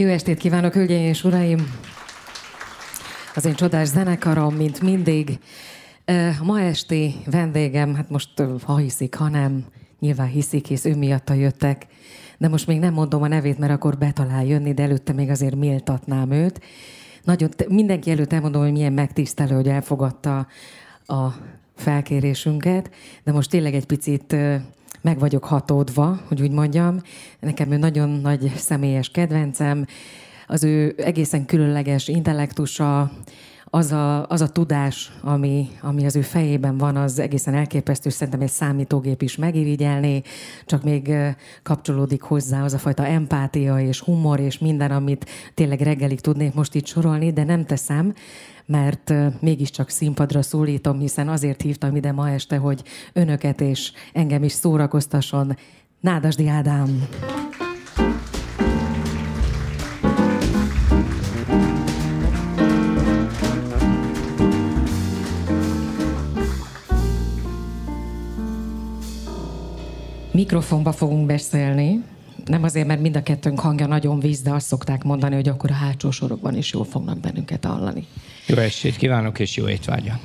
Jó estét kívánok, hölgyeim és uraim! Az én csodás zenekarom, mint mindig. A ma esti vendégem, hát most ha hiszik, ha nem, nyilván hiszik, hisz ő miatta jöttek, de most még nem mondom a nevét, mert akkor betalál jönni, de előtte még azért méltatnám őt. Nagyon, mindenki előtt elmondom, hogy milyen megtisztelő, hogy elfogadta a felkérésünket, de most tényleg egy picit meg vagyok hatódva, hogy úgy mondjam. Nekem ő nagyon nagy személyes kedvencem, az ő egészen különleges intellektusa, az a tudás, ami az ő fejében van, az egészen elképesztő, szerintem egy számítógép is megirigyelné, csak még kapcsolódik hozzá az a fajta empátia és humor és minden, amit tényleg reggelig tudnék most itt sorolni, de nem teszem, mert mégiscsak színpadra szólítom, hiszen azért hívtam ide ma este, hogy önöket és engem is szórakoztasson. Nádasdy Ádám! Mikrofonba fogunk beszélni. Nem azért, mert mind a kettőnk hangja nagyon víz, de azt szokták mondani, hogy akkor a hátsó sorokban is jól fognak bennünket hallani. Jó estét kívánok, és jó étvágyat!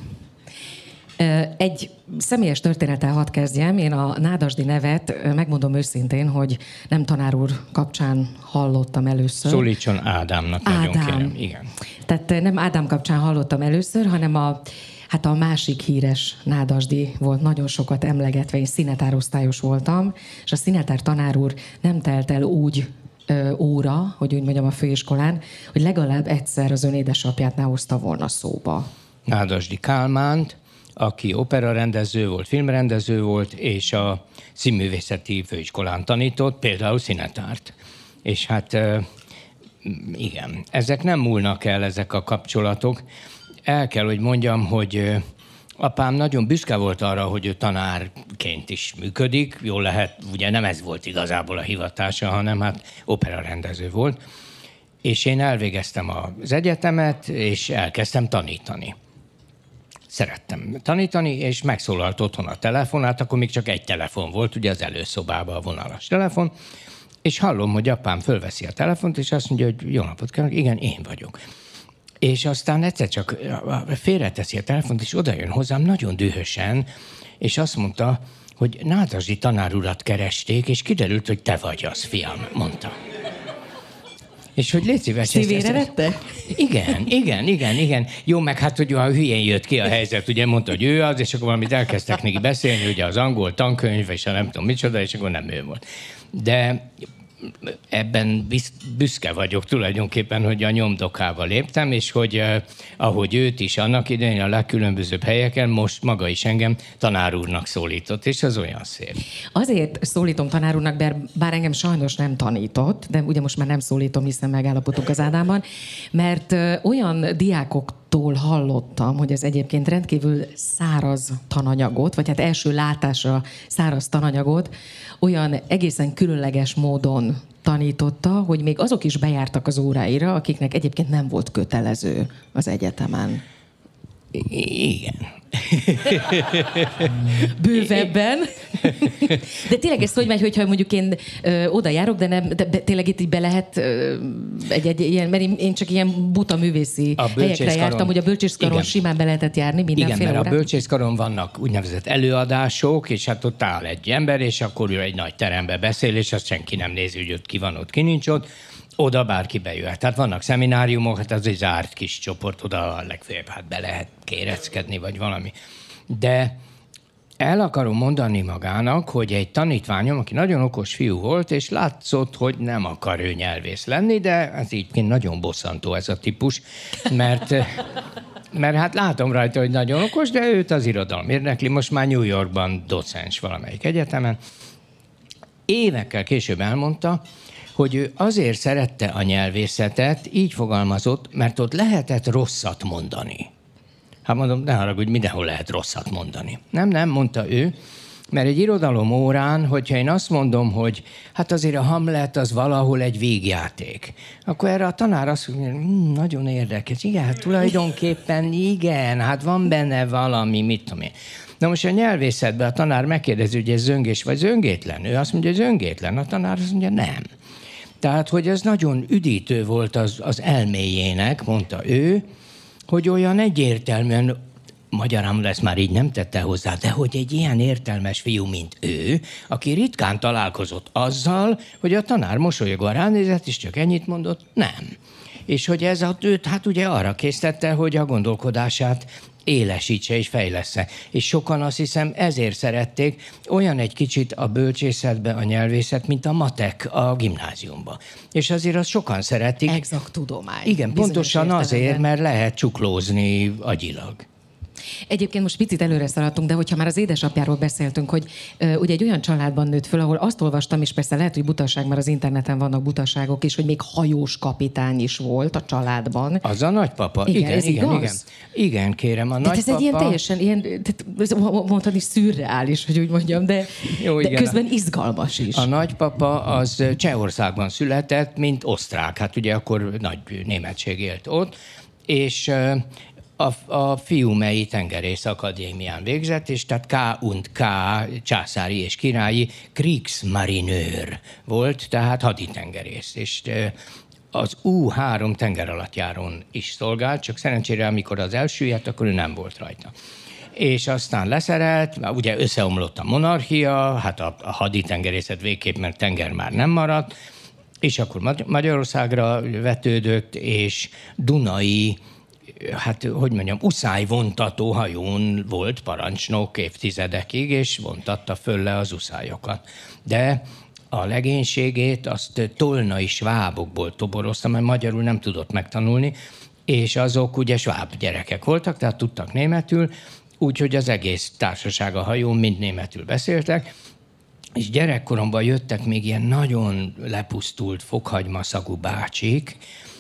Egy személyes történettel hadd kezdjem. Én a Nádasdy nevet, megmondom őszintén, hogy nem tanár úr kapcsán hallottam először. Szólítson Ádámnak, nagyon kérem. Igen. Tehát nem Ádám kapcsán hallottam először, hanem a másik híres Nádasdy volt nagyon sokat emlegetve, én színetárosztályos voltam, és a színetár tanár úr nem telt el úgy óra, hogy úgy mondjam a főiskolán, hogy legalább egyszer az ön édesapját ne hozta volna szóba. Nádasdy Kálmánt, aki operarendező volt, filmrendező volt, és a színművészeti főiskolán tanított, például színetárt. És hát igen, ezek nem múlnak el, ezek a kapcsolatok. El kell, hogy mondjam, hogy apám nagyon büszke volt arra, hogy ő tanárként is működik. Jól lehet, ugye nem ez volt igazából a hivatása, hanem hát operarendező volt. És én elvégeztem az egyetemet, és elkezdtem tanítani. Szerettem tanítani, és megszólalt otthon a telefonát, akkor még csak egy telefon volt, ugye az előszobában a vonalas telefon, és hallom, hogy apám fölveszi a telefont, és azt mondja, hogy jó napot kívánok, igen, én vagyok. És aztán egyszer csak félreteszi a telefont, és odajön hozzám nagyon dühösen, és azt mondta, hogy Nádasdy tanár urat keresték, és kiderült, hogy te vagy az, fiam, mondta. És hogy légy szíves... Szívére vette? Igen. Jó, meg hát, hogy a hülyén jött ki a helyzet, ugye mondta, hogy ő az, és akkor valamit elkezdtek neki beszélni, ugye az angol tankönyv, és a nem tudom micsoda, és akkor nem ő volt. De ebben büszke vagyok tulajdonképpen, hogy a nyomdokába léptem, és hogy ahogy őt is annak idején a legkülönbözőbb helyeken, most maga is engem tanár úrnak szólított, és az olyan szép. Azért szólítom tanár úrnak, bár engem sajnos nem tanított, de ugye most már nem szólítom, hiszen megállapodtunk az Ádámban, mert olyan diákoktól hallottam, hogy ez egyébként rendkívül száraz tananyagot, vagy hát első látásra száraz tananyagot olyan egészen különleges módon tanította, hogy még azok is bejártak az óráira, akiknek egyébként nem volt kötelező az egyetemen. Igen. Bővebben. De tényleg ez hogy megy, hogyha mondjuk én oda járok, de tényleg itt így be lehet egy ilyen, mert én csak ilyen buta művészi helyekre jártam, hogy a bölcsészkaron simán be lehetett járni mindenféle órán. Igen, mert órán. a bölcsészkaron vannak úgynevezett előadások, és hát ott áll egy ember, és akkor ő egy nagy terembe beszél, és azt senki nem nézi, hogy ott ki van ott, ki nincs ott. Oda bárki bejöhet. Tehát vannak szemináriumok, hát az egy zárt kis csoport, oda a legfőbb, hát be lehet kéreckedni, vagy valami. De el akarom mondani magának, hogy egy tanítványom, aki nagyon okos fiú volt, és látszott, hogy nem akar ő nyelvész lenni, de ez így nagyon bosszantó ez a típus, mert hát látom rajta, hogy nagyon okos, de őt az irodalom érdekli, most már New Yorkban docens valamelyik egyetemen. Évekkel később elmondta, hogy ő azért szerette a nyelvészetet, így fogalmazott, mert ott lehetett rosszat mondani. Hát mondom, ne haragudj, mindenhol lehet rosszat mondani. Nem, mondta ő, mert egy irodalom órán, hogyha én azt mondom, hogy hát azért a Hamlet az valahol egy vígjáték, akkor erre a tanár azt mondja, nagyon érdekes, igen, hát tulajdonképpen igen, hát van benne valami, mit tudom én. Na most a nyelvészetben a tanár megkérdezi, hogy ez zöngés vagy zöngétlen. Ő azt mondja, hogy zöngétlen, a tanár azt mondja, nem. Tehát, hogy ez nagyon üdítő volt az elméjének, mondta ő, hogy olyan egyértelműen, magyarán ezt már így nem tette hozzá, de hogy egy ilyen értelmes fiú, mint ő, aki ritkán találkozott azzal, hogy a tanár mosolyogva ránézett, és csak ennyit mondott, nem. És hogy ez őt hát ugye arra késztette, hogy a gondolkodását élesítse és fejlessze. És sokan azt hiszem ezért szerették olyan egy kicsit a bölcsészetbe a nyelvészet, mint a matek a gimnáziumban. És azért azt sokan szeretik. Exakt tudomány. Igen, pontosan azért, mert lehet csuklózni agyilag. Egyébként most picit előre szaladtunk, de hogyha már az édesapjáról beszéltünk, hogy ugye egy olyan családban nőtt föl, ahol azt olvastam, és persze lehet, hogy butaság, mert az interneten vannak butaságok is, hogy még hajós kapitány is volt a családban. Az a nagypapa. Igen, kérem, a nagypapa. Ez egy ilyen teljesen, mondtad is szürreális, hogy úgy mondjam, de közben izgalmas is. A nagypapa az Csehországban született, mint osztrák. Hát ugye akkor nagy németség élt ott, és a Fiumei Tengerész Akadémián végzett, és tehát K&K, császári és királyi Kriegsmarinőr volt, tehát haditengerész. És az U3 tengeralattjárón is szolgált, csak szerencsére, amikor az elsüllyedt, akkor ő nem volt rajta. És aztán leszerelt, ugye összeomlott a monarchia, hát a haditengerészet végképp, mert tenger már nem maradt, és akkor Magyarországra vetődött, és Dunai, hát hogy mondjam, uszályvontató hajón volt parancsnok évtizedekig, és vontatta föl le az uszályokat. De a legénységét azt tolnai svábokból toborozta, mert magyarul nem tudott megtanulni, és azok ugye sváb gyerekek voltak, tehát tudtak németül, úgyhogy az egész társaság a hajón mind németül beszéltek, és gyerekkoromban jöttek még ilyen nagyon lepusztult fokhagymaszagú bácsik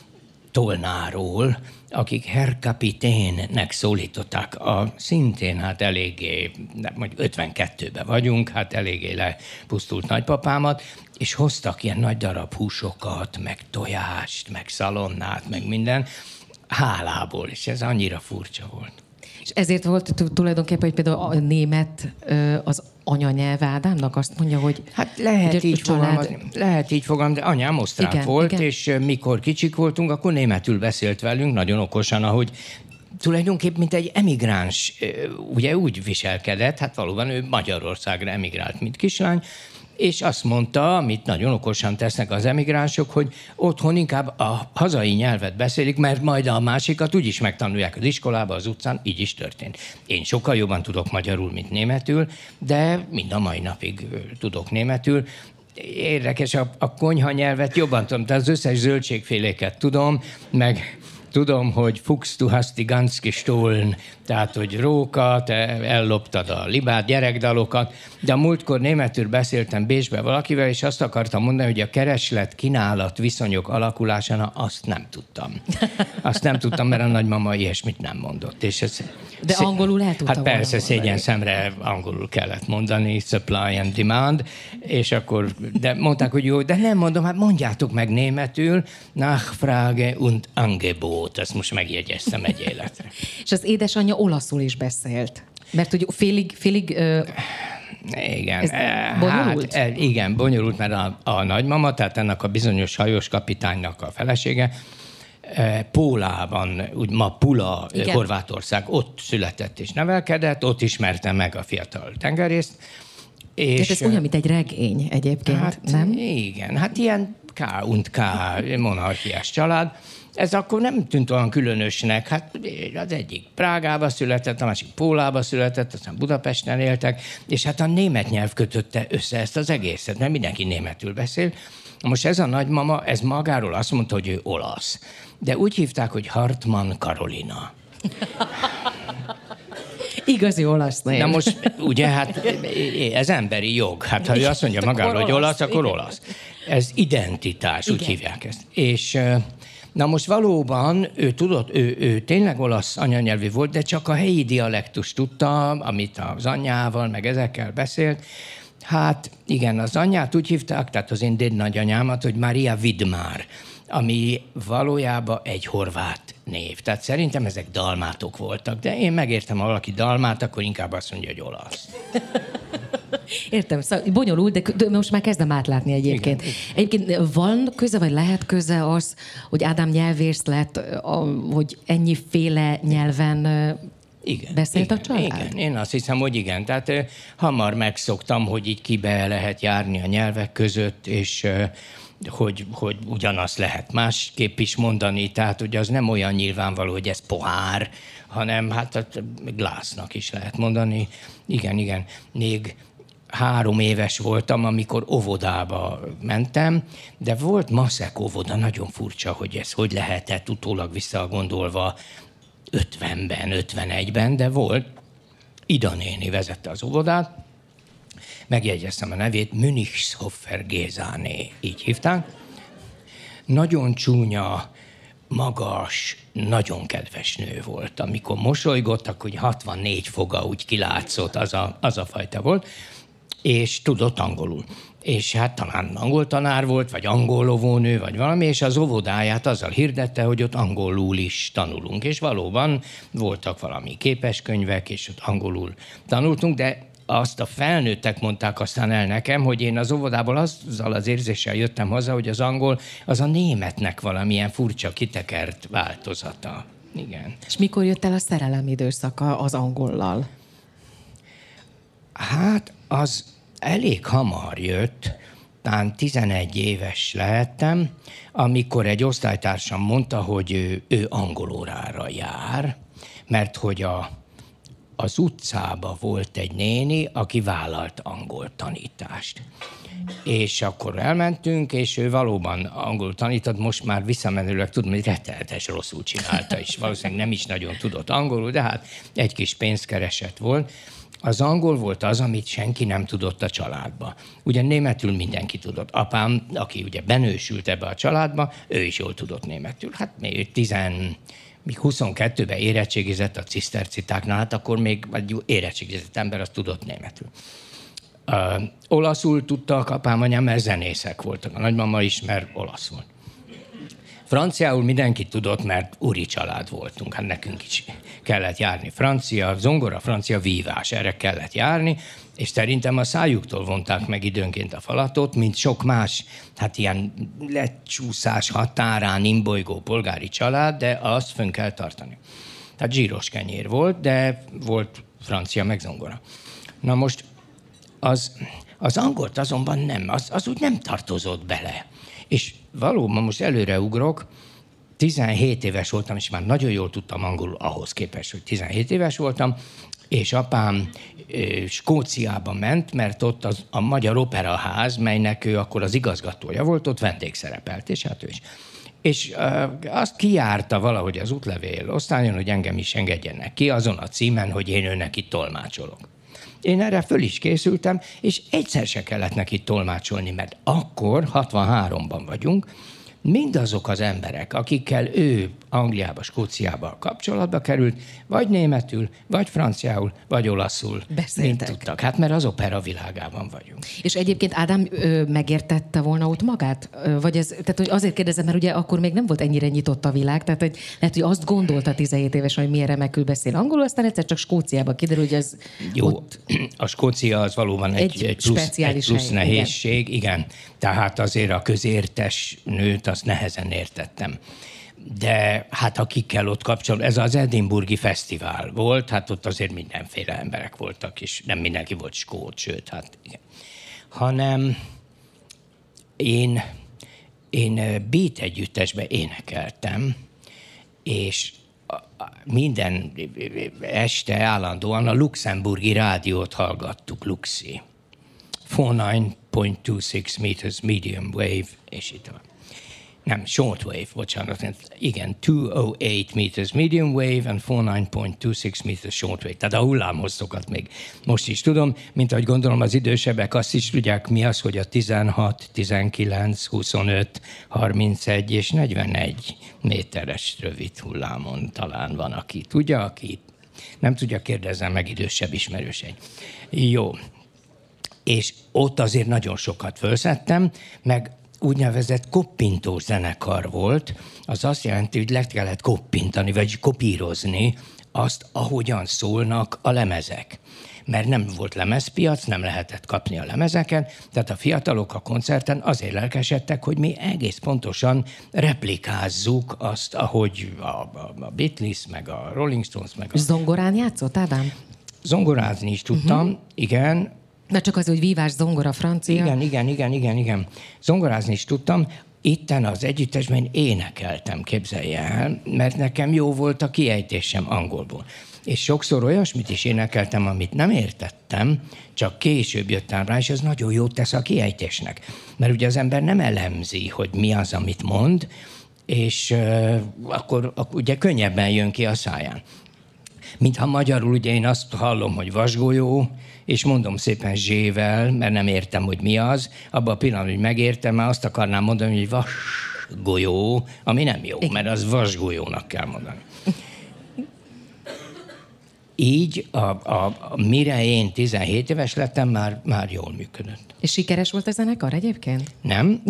Tolnáról, akik Herr Kapiténnek szólították, szintén hát eléggé, mondjuk 52-ben vagyunk, hát eléggé lepusztult nagypapámat, és hoztak ilyen nagy darab húsokat, meg tojást, meg szalonnát, meg minden, hálából, és ez annyira furcsa volt. És ezért volt tulajdonképpen, hogy például a német az anyanyelv Ádámnak azt mondja, hogy... Hát lehet így fogalmazni, de anyám osztrák volt, igen. És mikor kicsik voltunk, akkor németül beszélt velünk, nagyon okosan, ahogy tulajdonképpen mint egy emigráns, ugye úgy viselkedett, hát valóban ő Magyarországra emigrált, mint kislány, és azt mondta, amit nagyon okosan tesznek az emigránsok, hogy otthon inkább a hazai nyelvet beszélik, mert majd a másikat úgyis megtanulják az iskolában, az utcán, így is történt. Én sokkal jobban tudok magyarul, mint németül, de mind a mai napig tudok németül. Érdekes, a konyha nyelvet jobban tudom, tehát az összes zöldségféléket tudom, meg tudom, hogy Fuchs, du hast die ganz gestohlen, tehát, hogy róka, te elloptad a libát, gyerekdalokat, de a múltkor németül beszéltem Bécsbe valakivel, és azt akartam mondani, hogy a kereslet-kínálat viszonyok alakulásánál azt nem tudtam. Azt nem tudtam, mert a nagymama ilyesmit nem mondott. És ez de angolul el tudtam. Hát persze, szégyen szemre angolul kellett mondani, supply and demand, és akkor, de mondták, hogy jó, de nem mondom, hát mondjátok meg németül, Nachfrage und Angebot, ezt most megjegyeztem egy életre. És az édesanyja olaszul is beszélt, mert hogy félig igen. Bonyolult? Hát, igen, bonyolult, mert a nagymama, tehát ennek a bizonyos hajós kapitánynak a felesége, Pólában, úgy ma Pula, igen. Horvátország, ott született és nevelkedett, ott ismerte meg a fiatal tengerészt. És ez olyan, mint egy regény egyébként, hát, nem? Igen, hát ilyen K&K monarchiás család. Ez akkor nem tűnt olyan különösnek, hát az egyik Prágába született, a másik Pólába született, aztán Budapesten éltek, és hát a német nyelv kötötte össze ezt az egészet, mert mindenki németül beszél. Most ez a nagymama, ez magáról azt mondta, hogy ő olasz, de úgy hívták, hogy Hartmann Karolina. Igazi olasz név. Na most, ugye, hát ez emberi jog. Hát ha ő azt mondja magáról, hogy olasz, akkor olasz. Ez identitás, igen. Úgy hívják ezt. És na most valóban ő tudott, ő tényleg olasz anyanyelvű volt, de csak a helyi dialektus tudta, amit az anyjával, meg ezekkel beszélt. Hát igen, az anyját úgy hívták, tehát az én dédnagyanyámat, hogy Mária Vidmár, ami valójában egy horvát név. Tehát szerintem ezek dalmátok voltak, de én megértem, ha valaki dalmát, akkor inkább azt mondja, hogy olasz. Értem, szóval bonyolult, de most már kezdem átlátni egyébként. Igen. Egyébként van köze, vagy lehet köze az, hogy Ádám nyelvész lett, hogy ennyiféle nyelven beszélt a család? Igen, én azt hiszem, hogy igen. Tehát hamar megszoktam, hogy így kibe lehet járni a nyelvek között, és hogy ugyanazt lehet másképp is mondani, tehát ugye az nem olyan nyilvánvaló, hogy ez pohár, hanem hát glásznak is lehet mondani. Igen. Még 3 éves voltam, amikor óvodába mentem, de volt maszek óvoda, nagyon furcsa, hogy ez hogy lehetett utólag visszagondolva 50-ben, 51-ben, de volt. Ida néni vezette az óvodát, megjegyeztem a nevét, Münchshoffer Gézáné, így hívták. Nagyon csúnya, magas, nagyon kedves nő volt. Amikor mosolygott, akkor 64 foga úgy kilátszott, az a fajta volt, és tudott angolul. És hát talán angol tanár volt, vagy angollovónő, vagy valami, és az óvodáját azzal hirdette, hogy ott angolul is tanulunk. És valóban voltak valami képeskönyvek, és ott angolul tanultunk, de azt a felnőttek mondták aztán el nekem, hogy én az óvodából azzal az érzéssel jöttem haza, hogy az angol az a németnek valamilyen furcsa kitekert változata. Igen. És mikor jött el a szerelem időszaka az angollal? Hát az elég hamar jött, talán 11 éves lehettem, amikor egy osztálytársam mondta, hogy ő angolórára jár, mert hogy az utcában volt egy néni, aki vállalt angol tanítást. És akkor elmentünk, és ő valóban angol tanított, most már visszamenőleg tudom, hogy rettenetes rosszul csinálta, és valószínűleg nem is nagyon tudott angolul, de hát egy kis pénzkereset volt. Az angol volt az, amit senki nem tudott a családba. Ugye németül mindenki tudott. Apám, aki ugye benősült ebbe a családba, ő is jól tudott németül. Hát még 22-ben érettségizett a cisztercitáknál, hát akkor még egy érettségizett ember, az tudott németül. Olaszul tudtak apám, anyám, mert zenészek voltak. A nagymama is, mert olasz volt. Franciául mindenki tudott, mert úri család voltunk, hát nekünk is kellett járni francia, zongora, francia, vívás, erre kellett járni, és szerintem a szájuktól vonták meg időnként a falatot, mint sok más, hát ilyen lecsúszás határán imbolygó polgári család, de azt fönn kell tartani. Tehát zsíros kenyér volt, de volt francia meg zongora. Na most az angolt azonban nem, az úgy nem tartozott bele. És valóban most előreugrok, 17 éves voltam, és már nagyon jól tudtam angolul ahhoz képest, hogy 17 éves voltam, és apám Skóciába ment, mert ott a Magyar Operaház, melynek ő akkor az igazgatója volt, ott vendégszerepelt, és hát ő is. És azt kijárta valahogy az útlevél osztályon, hogy engem is engedjenek ki, azon a címen, hogy én őnek itt tolmácsolok. Én erre föl is készültem, és egyszer se kellett neki tolmácsolni, mert akkor, 63-ban vagyunk, mindazok az emberek, akikkel ő Angliába, Skóciába kapcsolatba került, vagy németül, vagy franciául, vagy olaszul mind tudtak. Hát mert az opera világában vagyunk. És egyébként Ádám megértette volna ott magát? Vagy tehát hogy azért kérdezem, mert ugye akkor még nem volt ennyire nyitott a világ, tehát hogy lehet, hogy azt gondolta 17 évesen, hogy milyen remekül beszél angolul, aztán egyszer csak Skóciába kiderül, hogy ez jó, ott... A Skócia az valóban egy plusz nehézség, igen. Tehát azért a közértes nőt azt nehezen értettem. De hát akikkel ott kapcsolatban, ez az Edinburghi Fesztivál volt, hát ott azért mindenféle emberek voltak, és nem mindenki volt skót, sőt, hát igen. Hanem én beat együttesbe énekeltem, és minden este állandóan a luxemburgi rádiót hallgattuk, Luxi. 49.26 meters medium wave, és itt van. Nem, short wave, bocsánat. Igen, 208 meters medium wave and 49.26 meters short wave. Tehát a hullámhosszokat még most is tudom, mint ahogy gondolom az idősebbek azt is tudják, mi az, hogy a 16, 19, 25, 31 és 41 méteres rövid hullámon talán van, aki tudja, aki nem tudja, kérdezzem meg idősebb ismerőseim. Jó. És ott azért nagyon sokat fölszedtem, meg úgynevezett koppintós zenekar volt, az azt jelenti, hogy le kellett koppintani, vagy kopírozni azt, ahogyan szólnak a lemezek. mert nem volt lemezpiac, nem lehetett kapni a lemezeket, tehát a fiatalok a koncerten azért lelkesedtek, hogy mi egész pontosan replikázzuk azt, ahogy a Beatles, meg a Rolling Stones, meg a... Zongorán játszott, Ádám? Zongorázni is tudtam, igen. Na csak az, hogy vívás, zongora, francia. Igen. Zongorázni is tudtam. Itten az együttesben énekeltem, képzelje el, mert nekem jó volt a kiejtésem angolból. És sokszor olyasmit is énekeltem, amit nem értettem, csak később jöttem rá, és ez nagyon jót tesz a kiejtésnek. Mert ugye az ember nem elemzi, hogy mi az, amit mond, és akkor ugye könnyebben jön ki a száján. Mintha magyarul ugye én azt hallom, hogy vasgolyó, és mondom szépen zsével, mert nem értem, hogy mi az. Abban a pillanatban, hogy megértem, már azt akarnám mondani, hogy vasgolyó, ami nem jó, mert az vasgolyónak kell mondani. Így, mire én 17 éves lettem, már jól működött. És sikeres volt a zenekar egyébként? Nem.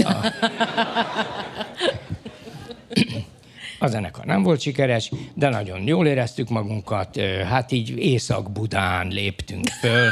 A zenekar nem volt sikeres, de nagyon jól éreztük magunkat. Hát így Észak-Budán léptünk föl.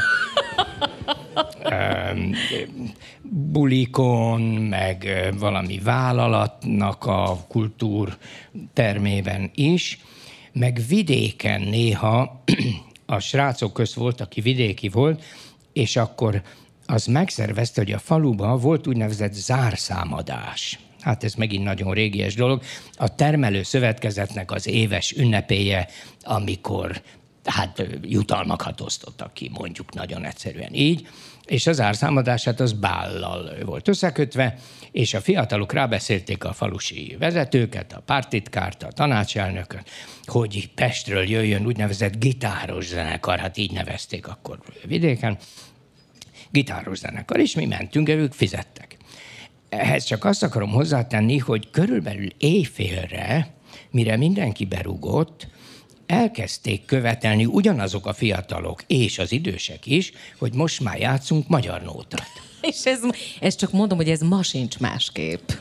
Bulikon, meg valami vállalatnak a kultúrtermében is, meg vidéken néha a srácok közt volt, aki vidéki volt, és akkor az megszervezte, hogy a faluban volt úgynevezett zárszámadás. Hát ez megint nagyon régies dolog. A termelő szövetkezetnek az éves ünnepéje, amikor jutalmakat osztottak ki, mondjuk nagyon egyszerűen így, és az zárszámadását az bállal volt összekötve, és a fiatalok rábeszélték a falusi vezetőket, a pártitkárt, a tanácselnököt, hogy Pestről jöjjön úgynevezett gitáros zenekar, hát így nevezték akkor vidéken, gitáros zenekar, és mi mentünk, ők fizettek. Ehhez csak azt akarom hozzátenni, hogy körülbelül éjfélre, mire mindenki berúgott, elkezdték követelni ugyanazok a fiatalok és az idősek is, hogy most már játszunk magyar nótát. És ez csak mondom, hogy ez ma sincs másképp.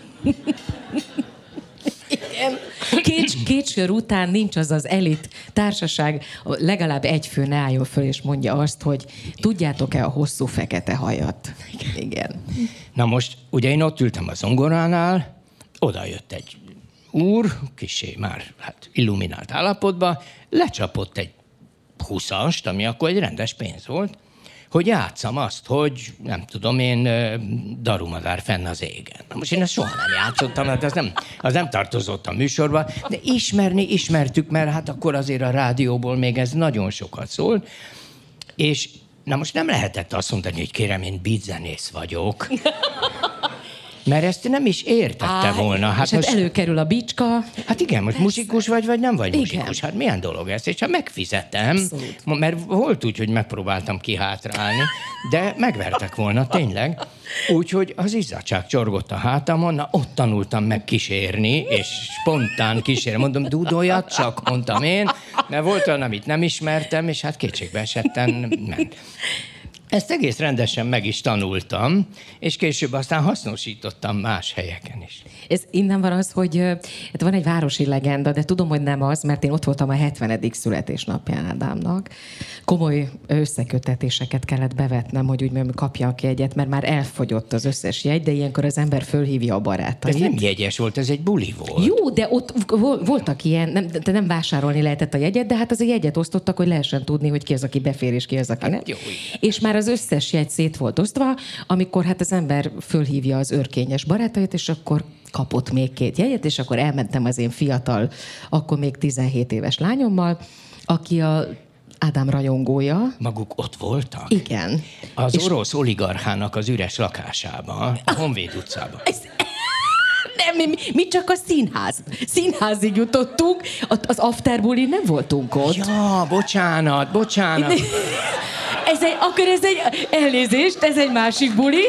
Igen. Két sör után nincs az az elit társaság, legalább egy fő ne álljon föl és mondja azt, hogy tudjátok-e a hosszú fekete hajat? Igen. Na most, ugye én ott ültem a zongoránál, oda jött egy úr, kissé már illuminált állapotban, lecsapott egy 20-ast, ami akkor egy rendes pénz volt, hogy játsszam azt, hogy nem tudom én, Darumadár fenn az égen. Na most én ezt soha nem játszottam, hát az nem tartozott a műsorba, de ismertük, mert hát akkor azért a rádióból még ez nagyon sokat szólt, és na most nem lehetett azt mondani, hogy kérem, én beatzenész vagyok. Mert ezt nem is értette volna. Hát és most előkerül a bicska. Hát igen, most muzsikus vagy nem vagy muzsikus. Hát milyen dolog ez? És ha megfizetem, abszolút. Mert volt úgy, hogy megpróbáltam kihátrálni, de megvertek volna, tényleg. Úgyhogy az izzadság csorgott a hátamon, na ott tanultam meg kísérni, és spontán kísérni. Mondom, dúdoljat csak, mondtam én, mert volt olyan, amit nem ismertem, és hát kétségbe esetten ment. Ezt egész rendesen meg is tanultam, és később aztán hasznosítottam más helyeken is. Ez innen van az, hogy hát van egy városi legenda, de tudom, hogy nem az, mert én ott voltam a 70. születésnapján Ádámnak. Komoly összekötetéseket kellett bevetnem, hogy úgy kapja ki egyet, mert már elfogyott az összes jegy, de ilyenkor az ember fölhívja a barátait. Ez nem jegyes volt, ez egy buli volt. Jó, de ott voltak ilyen, nem vásárolni lehetett a jegyet, de hát az a jegyet osztottak, hogy lehessen tudni, hogy ki az, aki befér, és ki az, aki nem. Jó, és már az összes jegy szét volt osztva, amikor hát az ember fölhívja az örkényes barátait, és akkor kapott még 2 jegyet, és akkor elmentem az én fiatal, akkor még 17 éves lányommal, aki a Ádám rajongója. Maguk ott voltak? Igen. Az orosz oligarchának az üres lakásában, a Honvéd utcában. Nem, mi csak a színházig jutottunk, az afterbuli nem voltunk ott. Ja, bocsánat. Akkor ez egy elnézést, ez egy másik buli.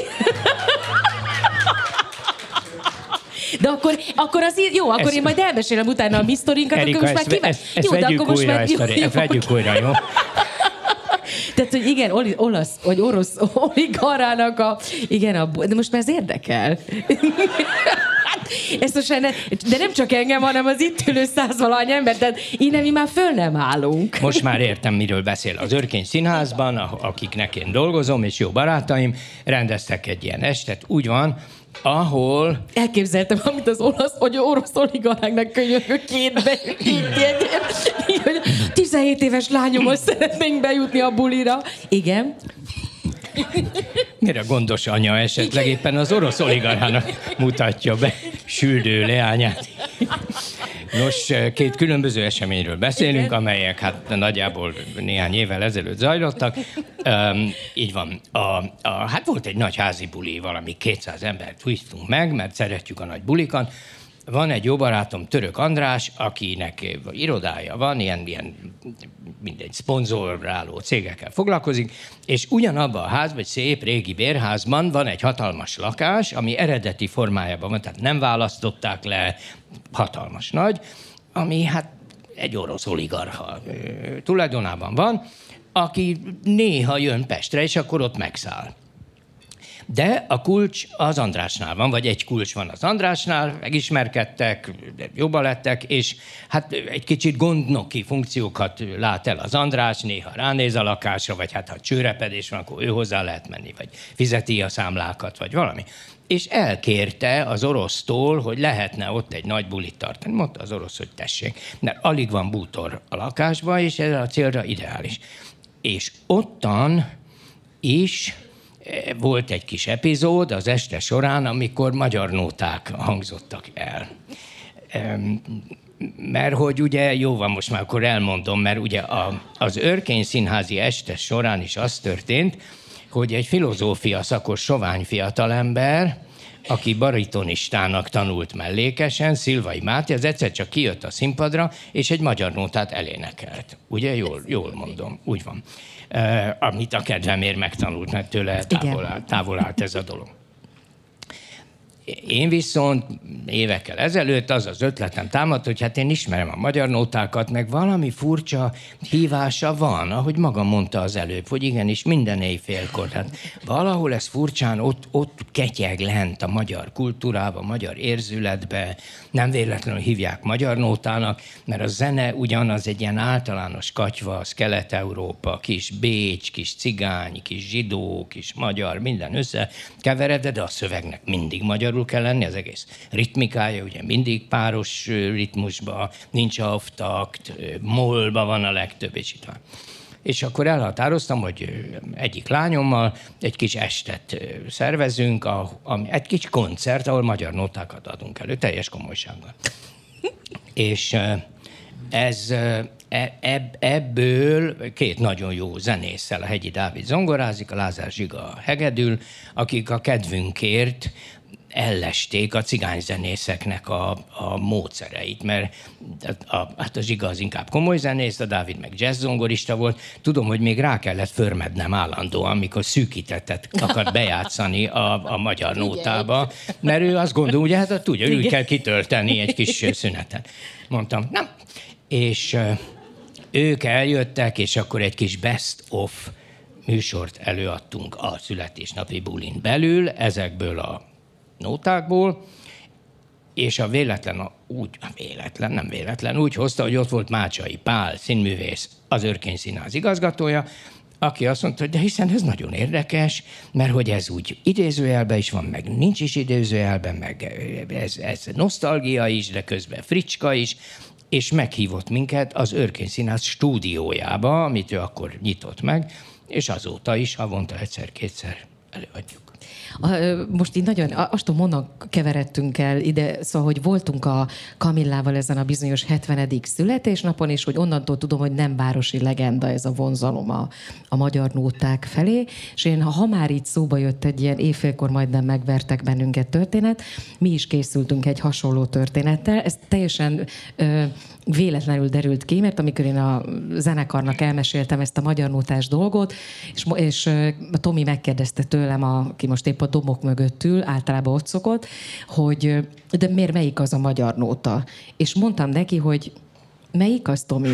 De akkor az jó, akkor én majd elmesélem utána a mi sztorinkat, Erika, akkor most már kíváncsi. Ezt vegyük újra, jó? Tehát, hogy igen, orosz oligarchának de most már ez érdekel. Hát Ezt most de nem csak engem, hanem az itt ülő 100-valahány ember, tehát innen mi már föl nem állunk. Most már értem, miről beszél. Az Örkény Színházban, akiknek én dolgozom, és jó barátaim, rendeztek egy ilyen estet, úgy van, ahol... Elképzeltem, amit az orosz oligarcháknak könyörgő két 17 éves lányommal szeretnénk bejutni a bulira. Igen. Mire gondos anya esetleg éppen az orosz oligarchának mutatja be süldő leányát. Nos, két különböző eseményről beszélünk, amelyek hát nagyjából néhány évvel ezelőtt zajlottak. Így van. Hát volt egy nagy házi buli, valami 200 embert hívtunk meg, mert szeretjük a nagy bulikat. Van egy jó barátom, Török András, akinek irodája van, ilyen mindegy szponzoráló cégekkel foglalkozik, és ugyanabban a házban, egy szép régi bérházban van egy hatalmas lakás, ami eredeti formájában van, tehát nem választották le, hatalmas nagy, ami hát egy orosz oligarcha tulajdonában van, aki néha jön Pestre, és akkor ott megszáll. De a kulcs az Andrásnál van, vagy egy kulcs van az Andrásnál, megismerkedtek, jobban lettek, és hát egy kicsit gondnoki funkciókat lát el az András, néha ránéz a lakásra, vagy hát ha csőrepedés van, akkor ő hozzá lehet menni, vagy fizeti a számlákat, vagy valami. És elkérte az orosztól, hogy lehetne ott egy nagy bulit tartani. Mondta az orosz, hogy tessék, mert alig van bútor a lakásban, és erre a célra ideális. És ottan is volt egy kis epizód az este során, amikor magyar nóták hangzottak el. Mert hogy ugye, jó van, most már akkor elmondom, mert ugye az Örkény Színházi este során is az történt, hogy egy filozófia szakos sovány fiatalember, aki baritonistának tanult mellékesen, Szilvai Máté, az egyszer csak kijött a színpadra, és egy magyar nótát elénekelt. Ugye? Jól mondom, úgy van. Amit a kedvemért megtanult, mert tőle távol állt ez a dolog. Én viszont évekkel ezelőtt az ötletem támadt, hogy hát én ismerem a magyar nótákat, meg valami furcsa hívása van, ahogy maga mondta az előbb, hogy igenis minden éjfélkor. Hát valahol ez furcsán ott ketyeg lent a magyar kultúrába, a magyar érzületbe, nem véletlenül hívják magyar nótának, mert a zene ugyanaz egy ilyen általános katyva, az Kelet-Európa, kis Bécs, kis cigány, kis zsidó, kis magyar, minden összekeveredve, de a szövegnek mindig magyarul kell lenni, az egész ritmikája, ugye mindig páros ritmusban, nincs auftakt, mollba van a legtöbb, és itt van. És akkor elhatároztam, hogy egyik lányommal egy kis estet szervezünk, egy kis koncert, ahol magyar nótákat adunk elő, teljes komolysággal. És ebből két nagyon jó zenésszel, a Hegyi Dávid zongorázik, a Lázár Zsiga hegedül, akik a kedvünkért ellesték a cigányzenészeknek a módszereit, mert hát a Zsiga az inkább komoly zenész, a Dávid meg jazzzongorista volt. Tudom, hogy még rá kellett förmednem állandóan, amikor szűkítettet akart bejátszani a magyar nótába, mert ő azt gondol, ugye, hát tudja, úgy kell kitölteni egy kis szüneten. Mondtam, nem. És ők eljöttek, és akkor egy kis best of műsort előadtunk a születésnapi bulin belül, ezekből a nótákból, és nem véletlen, úgy hozta, hogy ott volt Mácsai Pál, színművész, az Örkény Színház igazgatója, aki azt mondta, hogy de hiszen ez nagyon érdekes, mert hogy ez úgy idézőjelben is van, meg nincs is idézőjelben, meg ez nosztalgia is, de közben fricska is, és meghívott minket az Örkény Színház stúdiójába, amit ő akkor nyitott meg, és azóta is havonta egyszer-kétszer előadjuk. Most így nagyon astomónak keveredtünk el ide, szóval, hogy voltunk a Kamillával ezen a bizonyos 70. születésnapon, és hogy onnantól tudom, hogy nem városi legenda ez a vonzalom a magyar nóták felé, és én, ha már így szóba jött egy ilyen éjfélkor majdnem megvertek bennünket történet, mi is készültünk egy hasonló történettel. Ez teljesen véletlenül derült ki, mert amikor én a zenekarnak elmeséltem ezt a magyar nótás dolgot, és a Tomi megkérdezte tőlem, aki most épp a domok mögött ül, általában ott szokott, hogy de miért melyik az a magyar nóta? És mondtam neki, hogy melyik az, Tomi?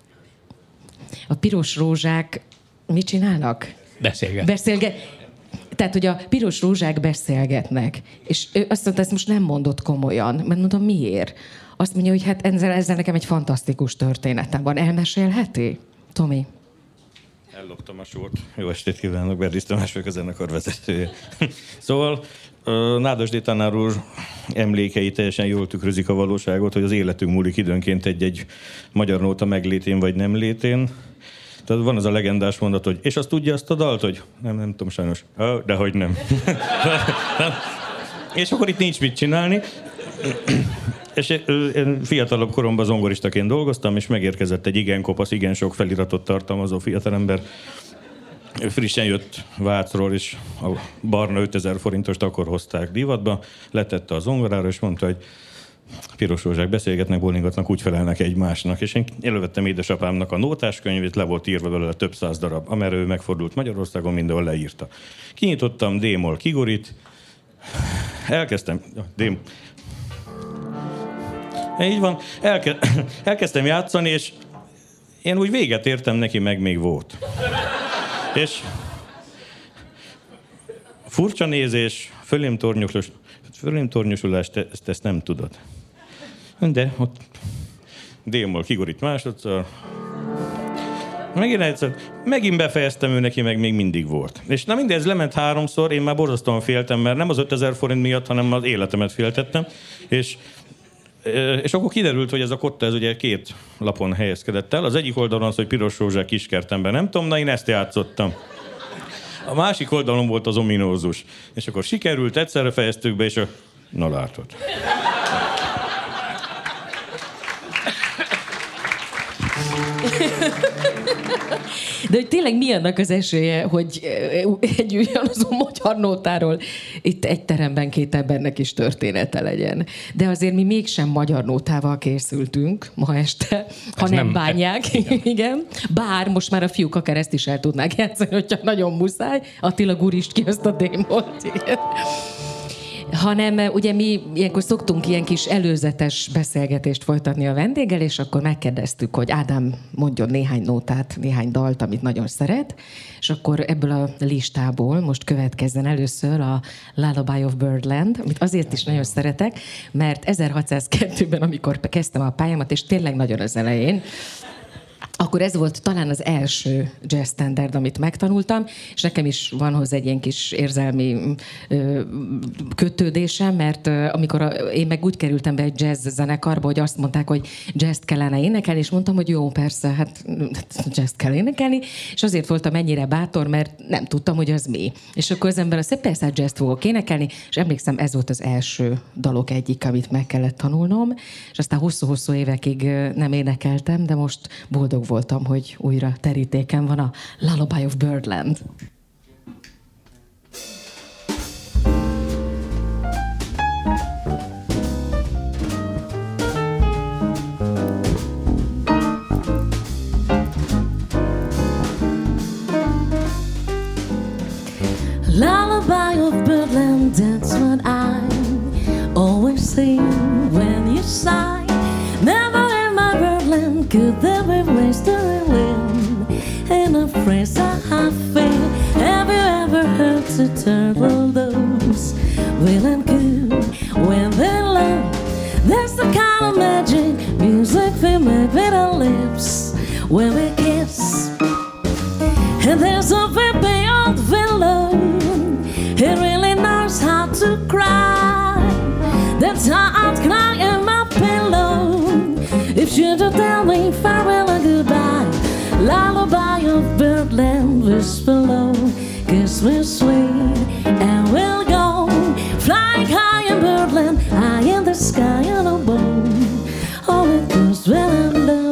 A piros rózsák mit csinálnak? Beszélget. Tehát, hogy a piros rózsák beszélgetnek. És ő azt mondta, ezt most nem mondott komolyan. Mert mondom, miért? Azt mondja, hogy hát ezzel nekem egy fantasztikus történetem van. Elmesélheti? Tomi? Elloptam a sort. Jó estét kívánok, Berdisz Tamás vagyok, a zenekar vezetője. Szóval Nádas D. tanár úr emlékei teljesen jól tükrözik a valóságot, hogy az életünk múlik időnként egy magyar nóta meglétén vagy nem létén. Tehát van az a legendás mondat, hogy és azt tudja azt a dalt, hogy nem tudom sajnos. Dehogy nem. És akkor itt nincs mit csinálni. És én fiatalabb koromban zongoristaként dolgoztam, és megérkezett egy igen kopasz, igen sok feliratot tartalmazó fiatalember. Frissen jött Vácról, és a barna 5000 forintost akkor hozták divatba, letette a zongorára, és mondta, hogy piros rózsák beszélgetnek, bólingatnak, úgy felelnek egymásnak. És én elővettem édesapámnak a nótáskönyvét, le volt írva belőle több száz darab. Amerre ő megfordult Magyarországon, mindenhol leírta. Kinyitottam D-moll Kigorit, elkezdtem... Így van, elkezdtem játszani, és én úgy véget értem neki, meg még volt. És furcsa nézés, fölém tornyosulás, ezt nem tudod. De ott D-moll Kigorit másodszor. Megint egyszer, megint befejeztem, ő neki meg még mindig volt. És na mindez lement 3-szor, én már borzasztóan féltem, mert nem az 5000 forint miatt, hanem az életemet féltettem. És akkor kiderült, hogy ez a kotta, ez ugye 2 lapon helyezkedett el. Az egyik oldalon az, hogy piros rózsák kiskertemben, nem tudom, na én ezt játszottam. A másik oldalon volt az ominózus. És akkor sikerült, egyszerre fejeztük be, és na látod. De hogy tényleg mi annak az esélye, hogy egy ugyanazon magyar nótáról itt egy teremben 2 embernek is története legyen. De azért mi mégsem magyar nótával készültünk ma este, ha nem bánják. Igen. Bár most már a fiúk akár ezt is el tudnák játszani, hogyha nagyon muszáj. Attila, gurítsd ki azt a démont. Igen. Hanem ugye mi ilyenkor szoktunk ilyen kis előzetes beszélgetést folytatni a vendéggel, és akkor megkérdeztük, hogy Ádám mondjon néhány nótát, néhány dalt, amit nagyon szeret, és akkor ebből a listából most következzen először a Lullaby of Birdland, amit azért is nagyon szeretek, mert 1602-ben, amikor kezdtem a pályámat, és tényleg nagyon az elején, akkor ez volt talán az első jazz standard, amit megtanultam, és nekem is van hozzá egy ilyen kis érzelmi kötődésem, mert amikor én meg úgy kerültem be egy jazz zenekarba, hogy azt mondták, hogy jazzt kellene énekelni, és mondtam, hogy jó, persze, hát jazzt kell énekelni, és azért voltam ennyire bátor, mert nem tudtam, hogy az mi. És akkor az ember azt mondja, persze, jazzt fogok énekelni, és emlékszem, ez volt az első dalok egyik, amit meg kellett tanulnom, és aztán hosszú-hosszú évekig nem énekeltem, de most boldog voltam, hogy újra terítéken van a Lullaby of Birdland. Lullaby of Birdland, that's what I always sing when you sigh. Never in my birdland could there be waste and wind. And a phrase I feel. Have you ever heard the turtle doves will and coo when they love? That's the kind of magic music we make with our lips when we kiss. And there's a baby old villain. He really knows how to cry. That's how I'd cry in my pillow if you don't tell me farewell and goodbye. Lullaby of Birdland, whisper low, kiss me sweet, and we'll go flying high in Birdland, high in the sky on a bone. All it goes when I'm low.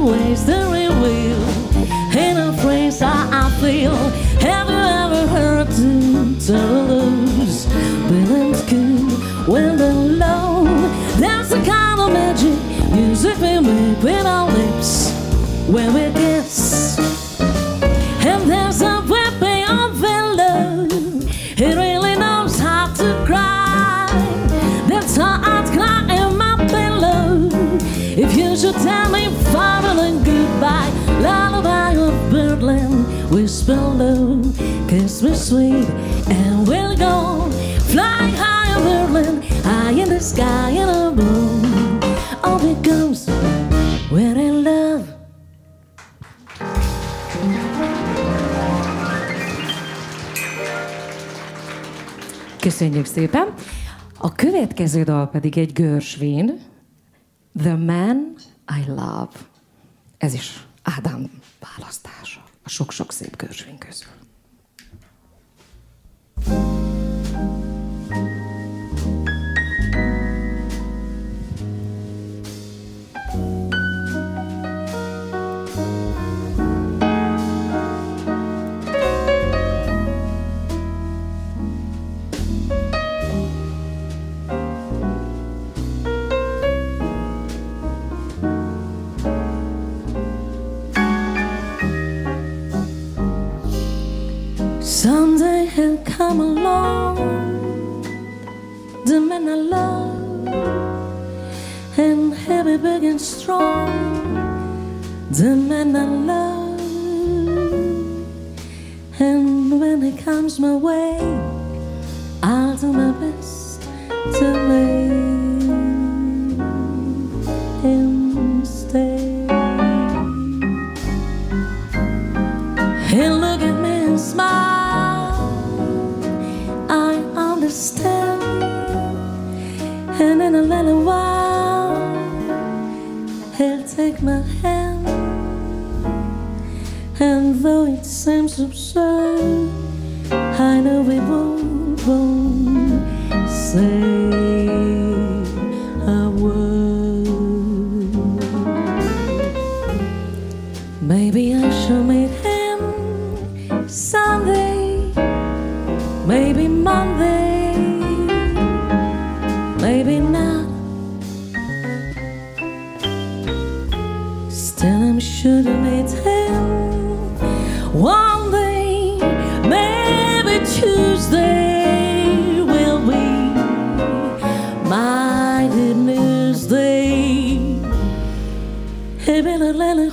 way steering wheel. In a phrase I feel. Have you ever heard to lose? Feeling's good when they're low. That's the kind of magic music we make with our lips when we kiss. And there's a weapon of love. It really knows how to cry. That's how I'd cry in my pillow. If you should tell me farewell and goodbye, lullaby of birdland, whisper low, kiss me sweet, and we'll go flying high in birdland, high in the sky and above. All because we're in love. Köszönjük szépen! A következő dal pedig egy Gershwin, The Man I Love. Ez is Ádám választása a sok-sok szép Gershwin közül. Someday he'll come along, the man I love, and he'll be big and strong, the man I love. And when he comes my way, I'll do my best to make him stay. He'll look at me and smile. And in a little while he'll take my hand. And though it seems absurd, I know we won't say a word. Maybe I shall meet him Sunday, maybe Monday, maybe not. Still I'm sure to meet him one day. Maybe Tuesday will be my good news day. He built a little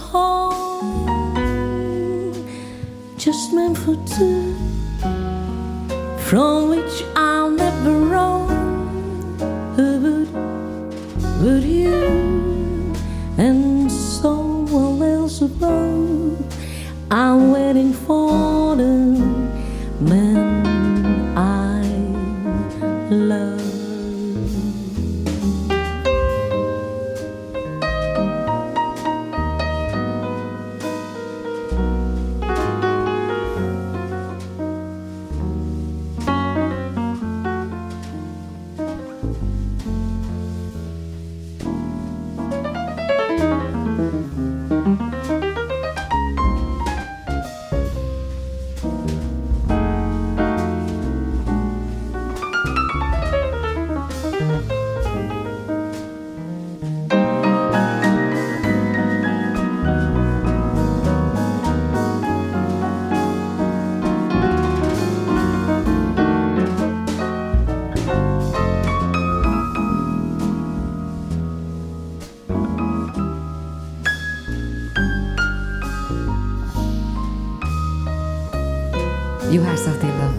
home just meant for two, from which I'll never roam. Would you and someone else above? I'm waiting for the man I love. Juhász Attila.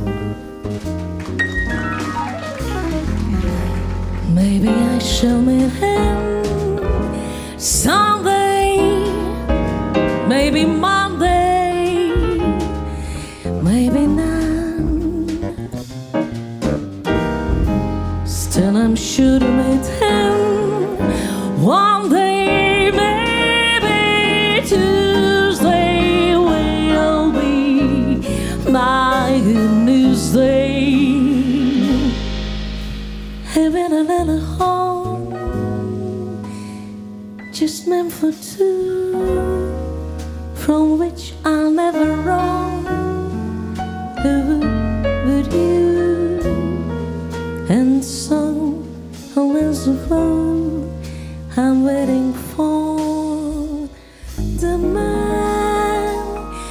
Maybe I shall meet him someday, maybe Monday, maybe not. Still I'm sure to meet him one day, maybe Tuesday will be my good news day. Having a little home just meant for two. from which I'll never roam. Who would you? And so where's the phone? I'm waiting for the man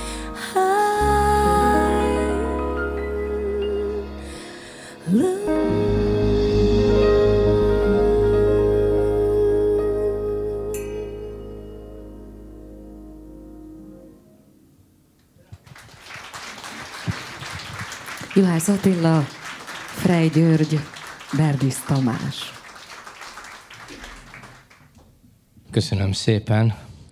I love. Juhász Attila, Frey György, Berdisz Tamás. Köszönöm szépen.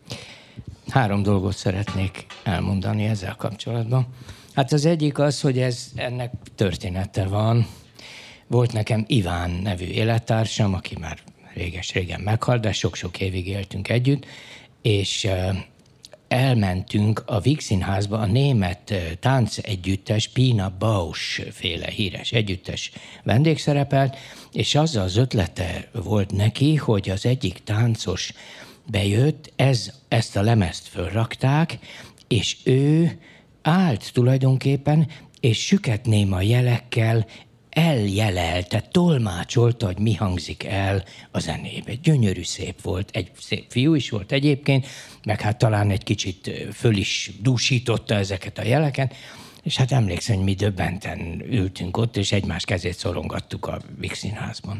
3 dolgot szeretnék elmondani ezzel kapcsolatban. Hát az egyik az, hogy ennek története van. Volt nekem Iván nevű élettársam, aki már réges-régen meghalt, de sok-sok évig éltünk együtt, és elmentünk a Vígszínházba, a német táncegyüttes, Pina Bausch féle híres együttes vendégszerepelt, és azzal az ötlete volt neki, hogy az egyik táncos bejött, ezt a lemezt fölrakták, és ő állt tulajdonképpen, és süketnéma jelekkel eljelelte, tolmácsolta, hogy mi hangzik el a zenébe. Gyönyörű szép volt, egy szép fiú is volt egyébként, meg hát talán egy kicsit föl is dúsította ezeket a jeleket, és hát emlékszem, hogy mi döbbenten ültünk ott, és egymás kezét szorongattuk a Vígszínházban.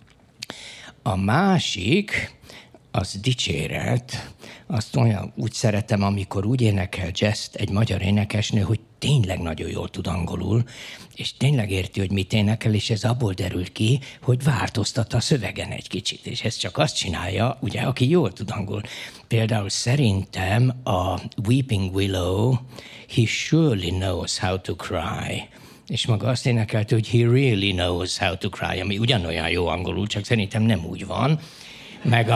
A másik, az dicséret, azt úgy szeretem, amikor úgy énekel jazzt egy magyar énekesnő, hogy tényleg nagyon jól tud angolul, és tényleg érti, hogy mit énekel, és ez abból derül ki, hogy változtat a szövegen egy kicsit, és ez csak azt csinálja, ugye, aki jól tud angolul. Például szerintem a Weeping Willow, he surely knows how to cry. És maga azt énekelte, hogy he really knows how to cry, ami ugyanolyan jó angolul, csak szerintem nem úgy van. Meg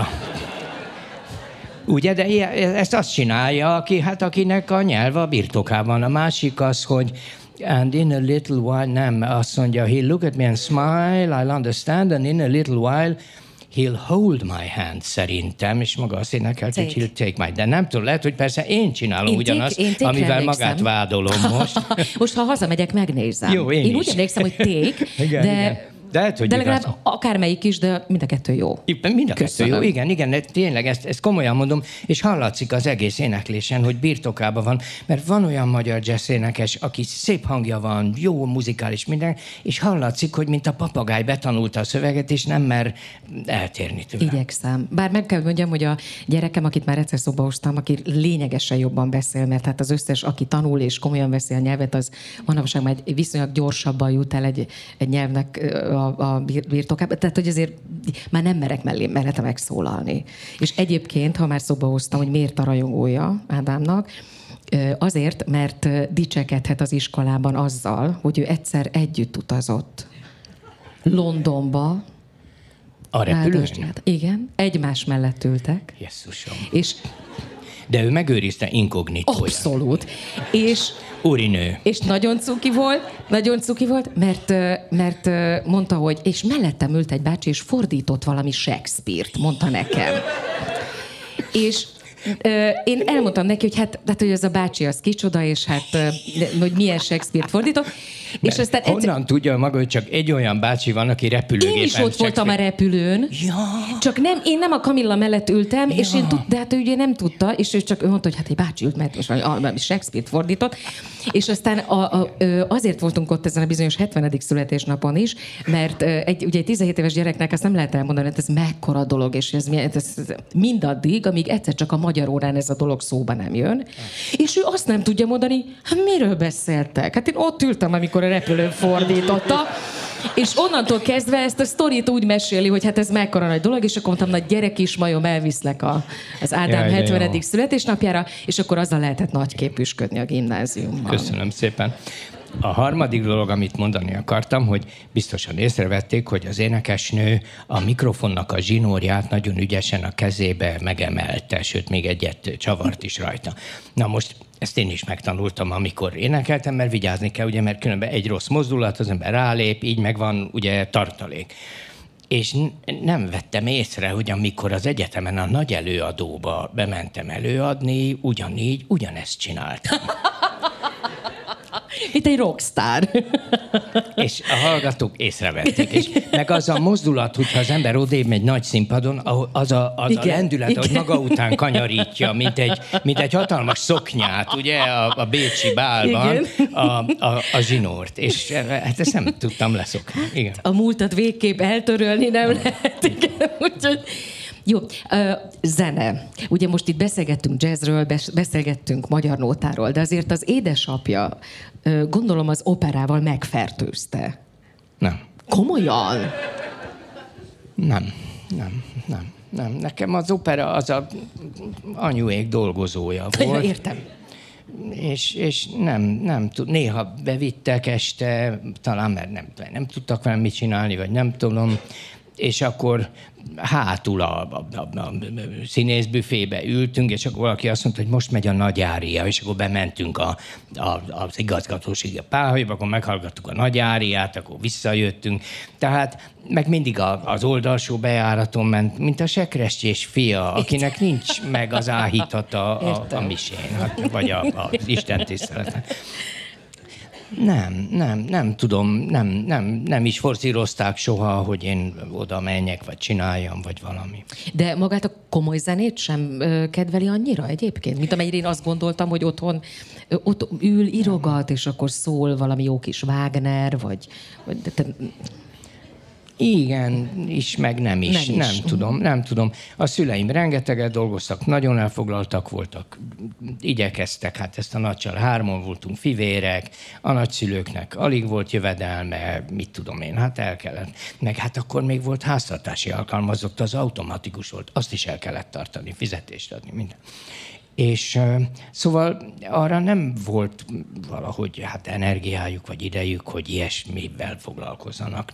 ugye, de ezt azt csinálja, akinek a nyelv a birtokában. A másik az, hogy and in a little while, nem, azt mondja, he'll look at me and smile, I'll understand, and in a little while he'll hold my hand, szerintem, és maga azt énekelt, hogy he'll take my... De nem tudom, lehet, hogy persze én csinálom ugyanazt, amivel magát vádolom most. Most, ha hazamegyek, megnézem. Jó, én úgy emlékszem, hogy take, igen, de... Igen. De legalább akármelyik is, de mind a kettő jó. Mind a kettő jó, igen, tényleg ezt komolyan mondom, és hallatszik az egész éneklésen, hogy birtokában van, mert van olyan magyar jazz énekes, aki szép hangja van, jó muzikális minden, és hallatszik, hogy mint a papagáj betanulta a szöveget, és nem mer eltérni tőle. Igyekszem. Bár meg kell mondjam, hogy a gyerekem, akit már egyszer szóba hoztam, aki lényegesen jobban beszél, mert hát az összes, aki tanul és komolyan veszi a nyelvet, az manapság már viszonylag gyorsabban jut el egy nyelvnek a birtokába. Tehát, hogy azért már nem merete megszólalni. És egyébként, ha már szóba hoztam, hogy miért a rajongója Ádámnak, azért, mert dicsekedhet az iskolában azzal, hogy ő egyszer együtt utazott Londonba. A repülőn? Igen, egymás mellett ültek. Jesszusom. De ő megőrizte inkognitóját. Abszolút. Úrinő. És nagyon cuki volt, mert mondta, hogy és mellettem ült egy bácsi, és fordított valami Shakespeare-t, mondta nekem. És én elmondtam neki, hogy hogy ez a bácsi az kicsoda, és hogy milyen Shakespeare-t fordított. És aztán honnan tudja maga, hogy csak egy olyan bácsi van, aki repülőgépen... Én is ott voltam a repülőn. Ja. Csak én nem a Kamilla mellett ültem, ja. És de hát ő ugye nem tudta, és ő csak mondta, hogy egy bácsi ült, mert most valami Shakespeare-t fordított. És aztán azért voltunk ott ezen a bizonyos 70. születésnapon is, mert egy 17 éves gyereknek ezt nem lehet elmondani, hogy ez mekkora dolog, és ez mindaddig, amíg egyszer csak a magyar órán ez a dolog szóba nem jön. És ő azt nem tudja mondani, miről beszéltek? Hát én ott ültem, amikor a repülőn fordította, és onnantól kezdve ezt a sztorit úgy meséli, hogy hát ez mekkora nagy dolog, és akkor mondtam, na gyere kis majom, elviszlek az Ádám 70. születésnapjára, és akkor azzal lehetett nagyképűsködni a gimnáziumban. Köszönöm szépen. A harmadik dolog, amit mondani akartam, hogy biztosan észrevették, hogy az énekesnő a mikrofonnak a zsinórját nagyon ügyesen a kezébe megemelte, sőt, még egyet csavart is rajta. Na most ezt én is megtanultam, amikor énekeltem, mert vigyázni kell, ugye, mert különben egy rossz mozdulat, az ember rálép, így megvan ugye tartalék. És nem vettem észre, hogy amikor az egyetemen a nagy előadóba bementem előadni, ugyanezt csináltam. Itt egy rockstar. És a hallgatók észrevették. És meg az a mozdulat, hogyha az ember odébb megy nagy színpadon, az a lendület, hogy maga után kanyarítja, mint egy hatalmas szoknyát, ugye, a bécsi bálban a zsinórt. És hát ezt nem tudtam leszokni. Igen. A múltat végképp eltörölni nem lehet. Igen. Úgyhogy... Jó, zene. Ugye most itt beszélgettünk jazzről, beszélgettünk magyar nótáról, de azért az édesapja, gondolom, az operával megfertőzte. Nem. Komolyan? Nem. Nekem az opera az a anyuék dolgozója volt. Értem. És nem tud. Néha bevittek este, talán mert nem tudtak velem mit csinálni, vagy nem tudom, és akkor hátul a színészbüfébe ültünk, és akkor valaki azt mondta, hogy most megy a nagy ária, és akkor bementünk az igazgatósági pályába, akkor meghallgattuk a nagy áriát, akkor visszajöttünk. Tehát meg mindig az oldalsó bejáraton ment, mint a Sekrestjés fia, akinek nincs meg az áhítata a misén, vagy az Isten tiszteleten. Nem tudom, nem is forszírozták soha, hogy én oda menjek, vagy csináljam, vagy valami. De magát a komoly zenét sem kedveli annyira egyébként? Mint amennyire én azt gondoltam, hogy otthon ül, írogat, és akkor szól valami jó kis Wagner, vagy Igen, is, meg nem is. Nem tudom. A szüleim rengeteget dolgoztak, nagyon elfoglaltak voltak, igyekeztek, hát ezt a nagycsal 3-on voltunk fivérek, a nagyszülőknek alig volt jövedelme, mit tudom én, hát el kellett. Meg hát akkor még volt háztartási alkalmazott, az automatikus volt, azt is el kellett tartani, fizetést adni, minden. És szóval arra nem volt valahogy hát energiájuk vagy idejük, hogy ilyesmivel foglalkozzanak.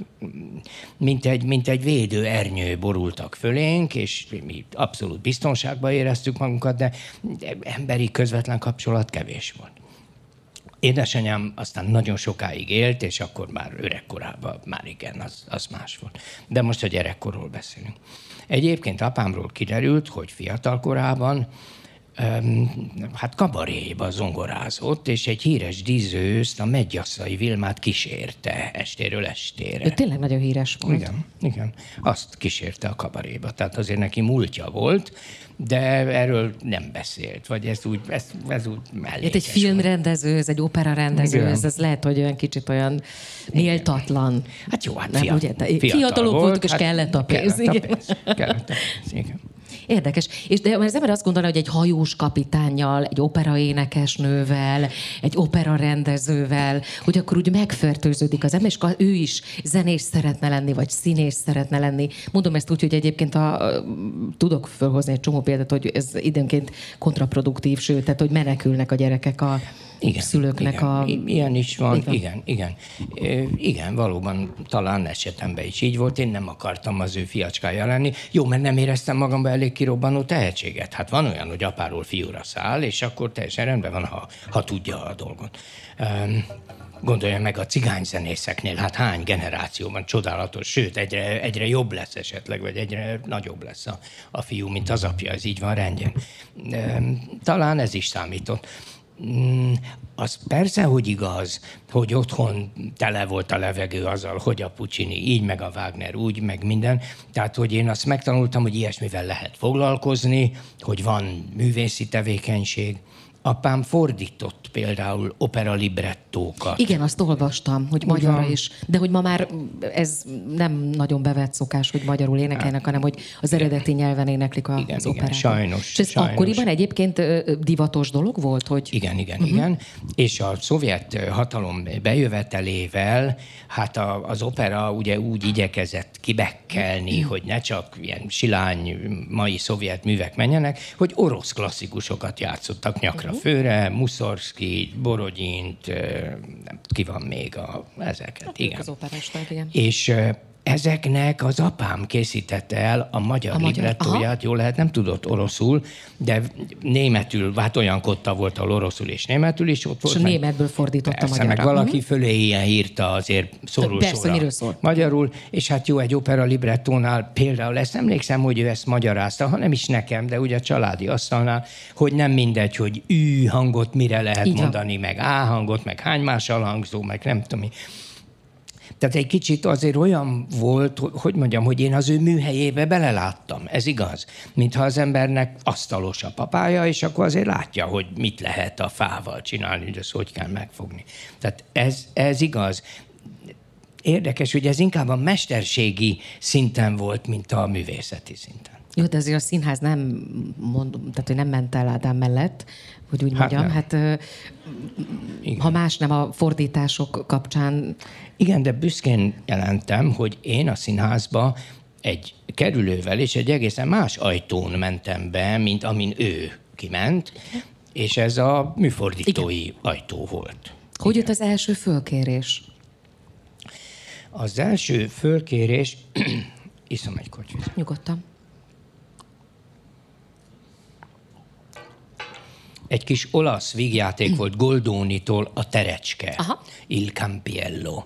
Mint egy védő ernyő borultak fölénk, és mi abszolút biztonságban éreztük magunkat, de emberi közvetlen kapcsolat kevés volt. Édesanyám aztán nagyon sokáig élt, és akkor már öregkorában már igen, az más volt. De most a gyerekkorról beszélünk. Egyébként apámról kiderült, hogy fiatal korában hát kabaréba zongorázott, és egy híres díszőzt, a Medgyasszai Vilmát kísérte estéről estére. Ő tényleg nagyon híres volt. Igen. Azt kísérte a kabaréba. Tehát azért neki múltja volt, de erről nem beszélt, vagy ez úgy mellékes. Egy filmrendező, ez egy operarendező, ez lehet, hogy olyan kicsit olyan méltatlan. Hát jó, hát nem, fiatalok voltunk, és kellett a pénz. Kellett a pénz, igen. Érdekes. De az ember azt gondolja, hogy egy hajós kapitánnyal, egy operaénekesnővel, egy operarendezővel, hogy akkor úgy megfertőződik az ember, és ő is zenés szeretne lenni, vagy színész szeretne lenni. Mondom ezt úgy, hogy egyébként tudok fölhozni egy csomó példát, hogy ez időnként kontraproduktív, sőt, tehát hogy menekülnek a gyerekek a szülőknek igen. Ilyen is van, igen, valóban talán esetemben is így volt, én nem akartam az ő fiacskája lenni. Jó, mert nem éreztem magamban elég kirobbanó tehetséget. Hát van olyan, hogy apáról fiúra száll, és akkor teljesen rendben van, ha tudja a dolgot. Gondolja meg a cigányzenészeknél, hát hány generáció van, csodálatos, sőt, egyre jobb lesz esetleg, vagy egyre nagyobb lesz a fiú, mint az apja, ez így van rendjén. Talán ez is számított. Az persze, hogy igaz, hogy otthon tele volt a levegő azzal, hogy a Puccini így, meg a Wagner úgy, meg minden. Tehát, hogy én azt megtanultam, hogy ilyesmivel lehet foglalkozni, hogy van művészi tevékenység. Apám fordított például operalibrettókat. Igen, azt olvastam, hogy magyarra is. De hogy ma már ez nem nagyon bevett szokás, hogy magyarul énekelnek, hanem hogy az eredeti nyelven éneklik az operákat. Igen, sajnos. És ez akkoriban egyébként divatos dolog volt? Hogy... Igen. És a szovjet hatalom bejövetelével, hát az opera ugye úgy igyekezett kibekkelni, hogy ne csak ilyen silány mai szovjet művek menjenek, hogy orosz klasszikusokat játszottak nyakra főre, Mussorgsky, Borodyint, ki van még ezeket. Hát, igen. Az operásták, igen. ezeknek az apám készítette el a magyar librettóját, jól lehet, nem tudott oroszul, de németül, hát olyan kotta volt, ahol oroszul és németül is ott volt. És a németből fordította magyarra. Meg valaki fölé ilyen írta azért szóró magyarul, és hát jó, egy opera librettónál például ezt emlékszem, hogy ő ezt magyarázta, ha nem is nekem, de ugye a családi asztalnál, hogy nem mindegy, hogy ű hangot mire lehet így mondani, meg á hangot, meg hány más alhangzó, meg nem tudom mi. Tehát egy kicsit azért olyan volt, hogy mondjam, hogy én az ő műhelyébe beleláttam, ez igaz. Mintha az embernek asztalos a papája, és akkor azért látja, hogy mit lehet a fával csinálni, hogy ezt hogy kell megfogni. Tehát ez igaz. Érdekes, hogy ez inkább a mesterségi szinten volt, mint a művészeti szinten. Jó, de azért a színház nem tehát hogy nem ment el Ádám mellett, hogy úgy mondjam. Hát ha más nem a fordítások kapcsán. Igen, de büszkén jelentem, hogy én a színházba egy kerülővel és egy egészen más ajtón mentem be, mint amin ő kiment, és ez a műfordítói ajtó volt. Hogy jött az első fölkérés? Az első fölkérés... Iszom egy kocsvizet. Nyugodtan. Egy kis olasz vígjáték volt Goldónitól, a Terecske, Il Campiello.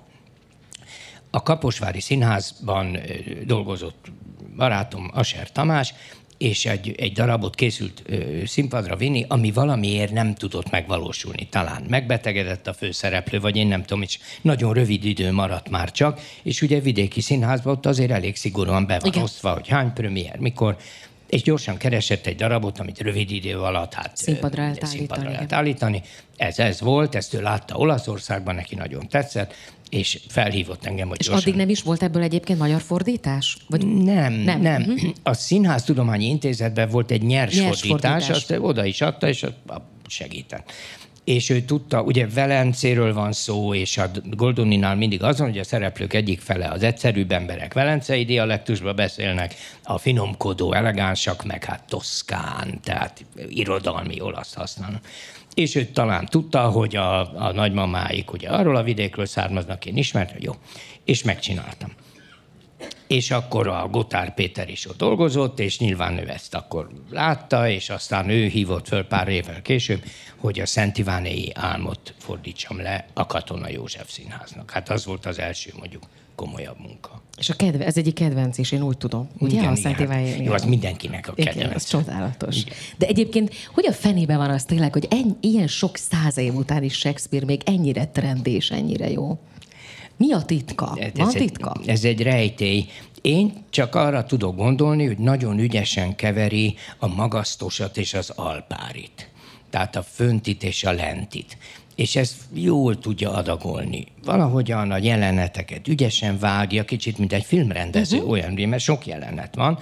A Kaposvári Színházban dolgozott barátom, Aser Tamás, és egy darabot készült színpadra vinni, ami valamiért nem tudott megvalósulni. Talán megbetegedett a főszereplő, vagy én nem tudom, és nagyon rövid idő maradt már csak, és ugye vidéki színházban ott azért elég szigorúan be van osztva, hogy hány premier, mikor, és gyorsan keresett egy darabot, amit rövid idő alatt színpadra lehet állítani. Ez volt, ezt ő látta Olaszországban, neki nagyon tetszett, és felhívott engem, hogy és gyorsan... addig nem is volt ebből egyébként magyar fordítás? Vagy... Nem. A Színháztudományi Intézetben volt egy nyers fordítás, azt oda is adta, és segített. És ő tudta, ugye Velencéről van szó, és a Goldoninál mindig azon, hogy a szereplők egyik fele az egyszerűbb emberek velencei dialektusba beszélnek, a finomkodó, elegánsak, meg hát toszkán, tehát irodalmi olasz használnak. És ő talán tudta, hogy a nagymamáik ugye arról a vidékről származnak, én ismertem, jó, és megcsináltam. És akkor a Gotár Péter is ott dolgozott, és nyilván ő ezt akkor látta, és aztán ő hívott föl pár évvel később, hogy a Szent Ivánéi Álmot fordítsam le a Katona József Színháznak. Hát az volt az első, mondjuk, komolyabb munka. És ez egyik kedvenc is, én úgy tudom. Ugye? Igen, a Szent Ivánéi. Jó, az mindenkinek a kedvenc. Igen, ez csodálatos. Igen. De egyébként, hogy a fenében van az tényleg, hogy ilyen sok 100 év után is Shakespeare még ennyire trend és ennyire jó? Mi a titka? Van titka? Ez egy rejtély. Én csak arra tudok gondolni, hogy nagyon ügyesen keveri a magasztosat és az alpárit. Tehát a föntit és a lentit. És ezt jól tudja adagolni. Valahogyan a jeleneteket ügyesen vágja, kicsit, mint egy filmrendező, olyan, mert sok jelenet van,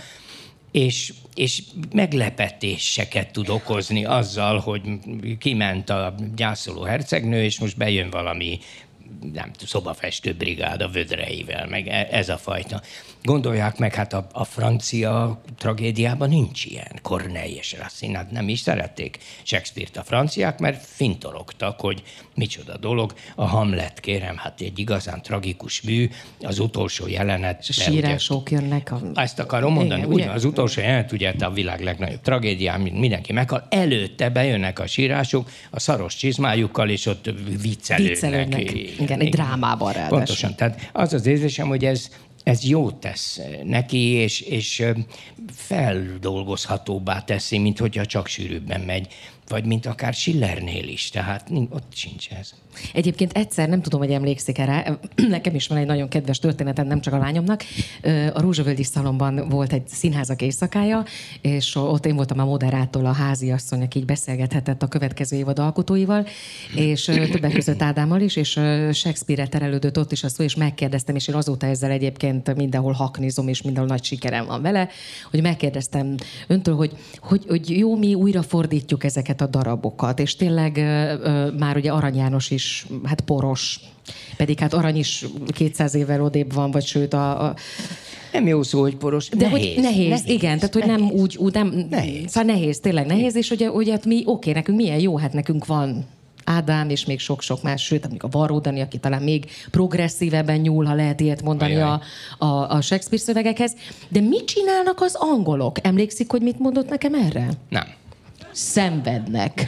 és meglepetéseket tud okozni azzal, hogy kiment a gyászoló hercegnő, és most bejön valami nem tudom, szobafestő brigád a vödreivel, meg ez a fajta. Gondolják meg, hát a francia tragédiában nincs ilyen. Corneille és Racine, hát nem is szerették Shakespeare-t a franciák, mert fintorogtak, hogy micsoda dolog. A Hamlet, kérem, hát egy igazán tragikus mű, az utolsó jelenet. Sírások jönnek. Ezt akarom mondani, ugye az utolsó jelenet, ugye a világ legnagyobb tragédián, mindenki meghal, előtte bejönnek a sírások a szaros csizmájukkal, és ott viccelődnek. Igen, egy drámában ráadásul. Pontosan, tehát az az érzésem, hogy ez jót tesz neki, és feldolgozhatóbbá teszi, mint hogyha csak sűrűbben megy, vagy mint akár Schillernél is, tehát ott sincs ez. Egyébként egyszer, nem tudom, hogy emlékszik erre, nekem is van egy nagyon kedves történetem, nem csak a lányomnak. A Rózsavölgyi Szalonban volt egy színházak éjszakája, és ott én voltam a moderátor, a háziasszony, aki így beszélgethetett a következő évad alkotóival, és többek között Ádámmal is, és Shakespeare-re terelődött ott is a szó, és megkérdeztem, és én azóta ezzel egyébként mindenhol haknizom, és mindenhol nagy sikerem van vele, hogy megkérdeztem öntől, hogy jó, mi újra fordítjuk ezeket a darabokat, és tényleg már ugye Arany János is, hát poros, pedig hát Arany is 200 évvel odébb van, vagy sőt Nem jó szó, hogy poros. De nehéz, igen, tehát hogy nem úgy nem, nehéz. Szóval nehéz, tényleg nehéz, és hogy hát mi, nekünk milyen jó, hát nekünk van Ádám, és még sok-sok más, sőt, mondjuk a Varró Dani, aki talán még progresszívebben nyúl, ha lehet ilyet mondani a Shakespeare szövegekhez. De mit csinálnak az angolok? Emlékszik, hogy mit mondott nekem erre? Nem. Szenvednek.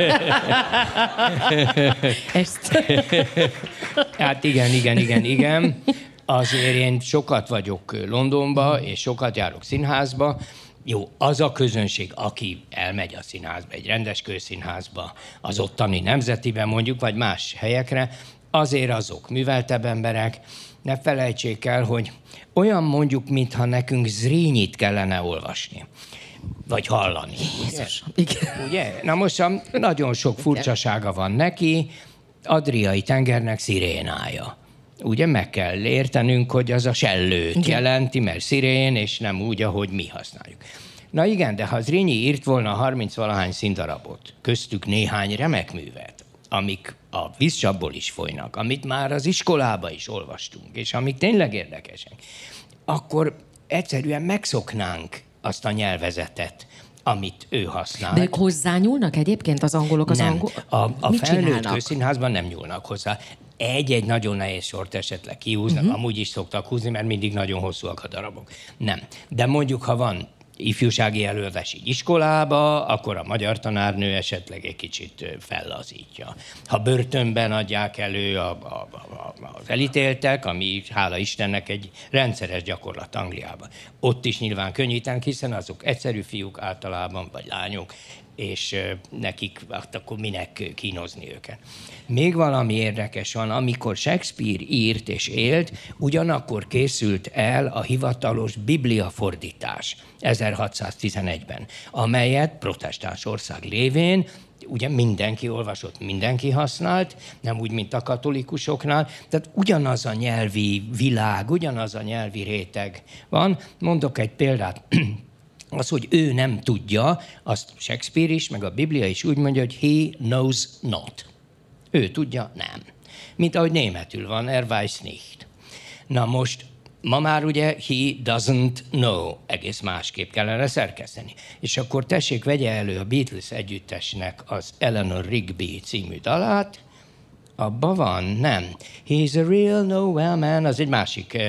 Ezt. Hát igen. Azért én sokat vagyok Londonba, és sokat járok színházba. Jó, az a közönség, aki elmegy a színházba, egy rendes kőszínházba, az ottani nemzetiben mondjuk, vagy más helyekre, azért azok műveltebb emberek. Ne felejtsék el, hogy olyan mondjuk, mintha nekünk Zrínit kellene olvasni. Vagy hallani. Jézus, igen. Ugye? Na most nagyon sok furcsasága van neki, Adriai tengernek szirénája. Ugye meg kell értenünk, hogy az a sellőt jelenti, mert szirén, és nem úgy, ahogy mi használjuk. Na igen, de ha Zrínyi írt volna 30-valahány színdarabot, köztük néhány remek művet, amik a vízcsapból is folynak, amit már az iskolába is olvastunk, és amik tényleg érdekesek, akkor egyszerűen megszoknánk azt a nyelvezetet, amit ő használ. De ők hozzányúlnak egyébként az angolok? Nem. A felnőtt közszínházban nem nyúlnak hozzá. Egy nagyon nehéz sort esetleg kihúznak, amúgy is szoktak húzni, mert mindig nagyon hosszúak a darabok. Nem. De mondjuk, ha van ifjúsági előadás így iskolába, akkor a magyar tanárnő esetleg egy kicsit fellazítja. Ha börtönben adják elő az elítéltek, ami hála Istennek egy rendszeres gyakorlat Angliában. Ott is nyilván könnyítenek, hiszen azok egyszerű fiúk általában, vagy lányok, és nekik akkor minek kínozni őket. Még valami érdekes van, amikor Shakespeare írt és élt, ugyanakkor készült el a hivatalos bibliafordítás 1611-ben, amelyet protestáns ország lévén ugye mindenki olvasott, mindenki használt, nem úgy, mint a katolikusoknál. Tehát ugyanaz a nyelvi világ, ugyanaz a nyelvi réteg van. Mondok egy példát. Az, hogy ő nem tudja, azt Shakespeare is, meg a Biblia is úgy mondja, hogy he knows not. Ő tudja, nem. Mint ahogy németül van, weiß nicht. Na most, ma már ugye he doesn't know, egész másképp kellene szerkeszteni. És akkor tessék, vegye elő a Beatles együttesnek az Eleanor Rigby című dalát, abban van, nem. He's a real Noel man, az egy másik,